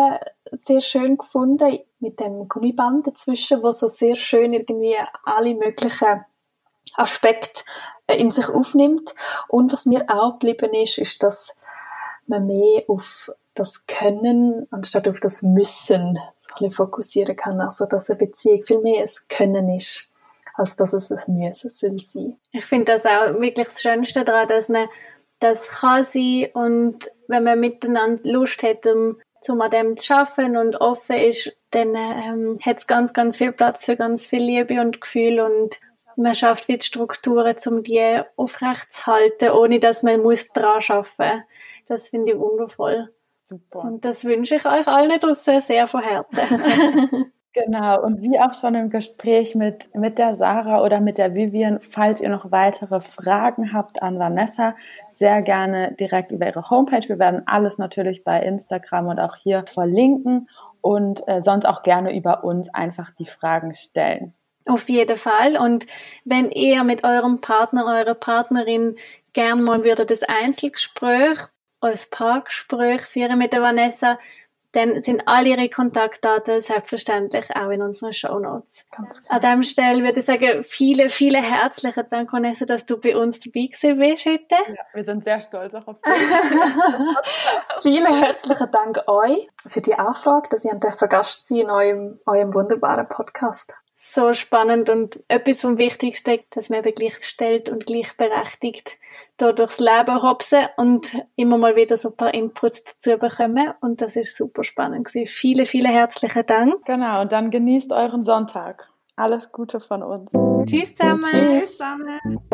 [SPEAKER 4] sehr schön gefunden, mit dem Gummiband dazwischen, wo so sehr schön irgendwie alle möglichen Aspekte in sich aufnimmt. Und was mir auch geblieben ist, dass man mehr auf das Können anstatt auf das Müssen so ein bisschen fokussieren kann. Also, dass eine Beziehung viel mehr ein Können ist, als dass es ein Müssen soll sein.
[SPEAKER 2] Ich finde das auch wirklich das Schönste daran, dass man das kann sein und wenn man miteinander Lust hat, um an dem zu arbeiten und offen ist, dann hat es ganz, ganz viel Platz für ganz viel Liebe und Gefühl und man schafft wie die Strukturen, um die aufrechtzuhalten, ohne dass man daran arbeiten muss. Das finde ich wundervoll.
[SPEAKER 3] Super.
[SPEAKER 2] Und das wünsche ich euch allen draussen sehr von Herzen.
[SPEAKER 3] Genau, und wie auch schon im Gespräch mit der Sarah oder mit der Vivian, falls ihr noch weitere Fragen habt an Vanessa, sehr gerne direkt über ihre Homepage. Wir werden alles natürlich bei Instagram und auch hier verlinken und sonst auch gerne über uns einfach die Fragen stellen.
[SPEAKER 2] Auf jeden Fall. Und wenn ihr mit eurem Partner, eurer Partnerin gern mal das Einzelgespräch, als Paargespräch führen mit der Vanessa, dann sind alle ihre Kontaktdaten selbstverständlich auch in unseren Shownotes. An dieser Stelle würde ich sagen, vielen, vielen herzlichen Dank, Vanessa, dass du bei uns dabei gewesen bist heute.
[SPEAKER 3] Ja, wir sind sehr stolz auch auf dich.
[SPEAKER 4] Vielen herzlichen Dank euch für die Anfrage, dass ihr Gast sein in eurem wunderbaren Podcast.
[SPEAKER 2] So spannend und etwas vom Wichtigsten, dass wir eben gleichgestellt und gleichberechtigt da durchs Leben hopsen und immer mal wieder so ein paar Inputs dazu bekommen. Und das ist super spannend gewesen. Vielen, vielen herzlichen Dank.
[SPEAKER 3] Genau, und dann genießt euren Sonntag. Alles Gute von uns.
[SPEAKER 2] Tschüss zusammen.
[SPEAKER 3] Tschüss zusammen.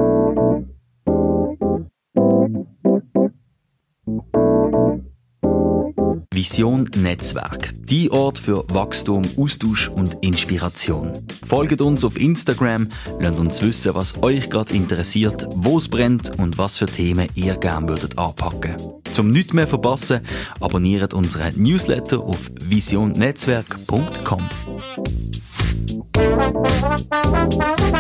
[SPEAKER 1] Vision Netzwerk. Die Ort für Wachstum, Austausch und Inspiration. Folgt uns auf Instagram, lasst uns wissen, was euch gerade interessiert, wo es brennt und was für Themen ihr gerne würdet anpacken. Zum nichts mehr verpassen, abonniert unseren Newsletter auf visionnetzwerk.com.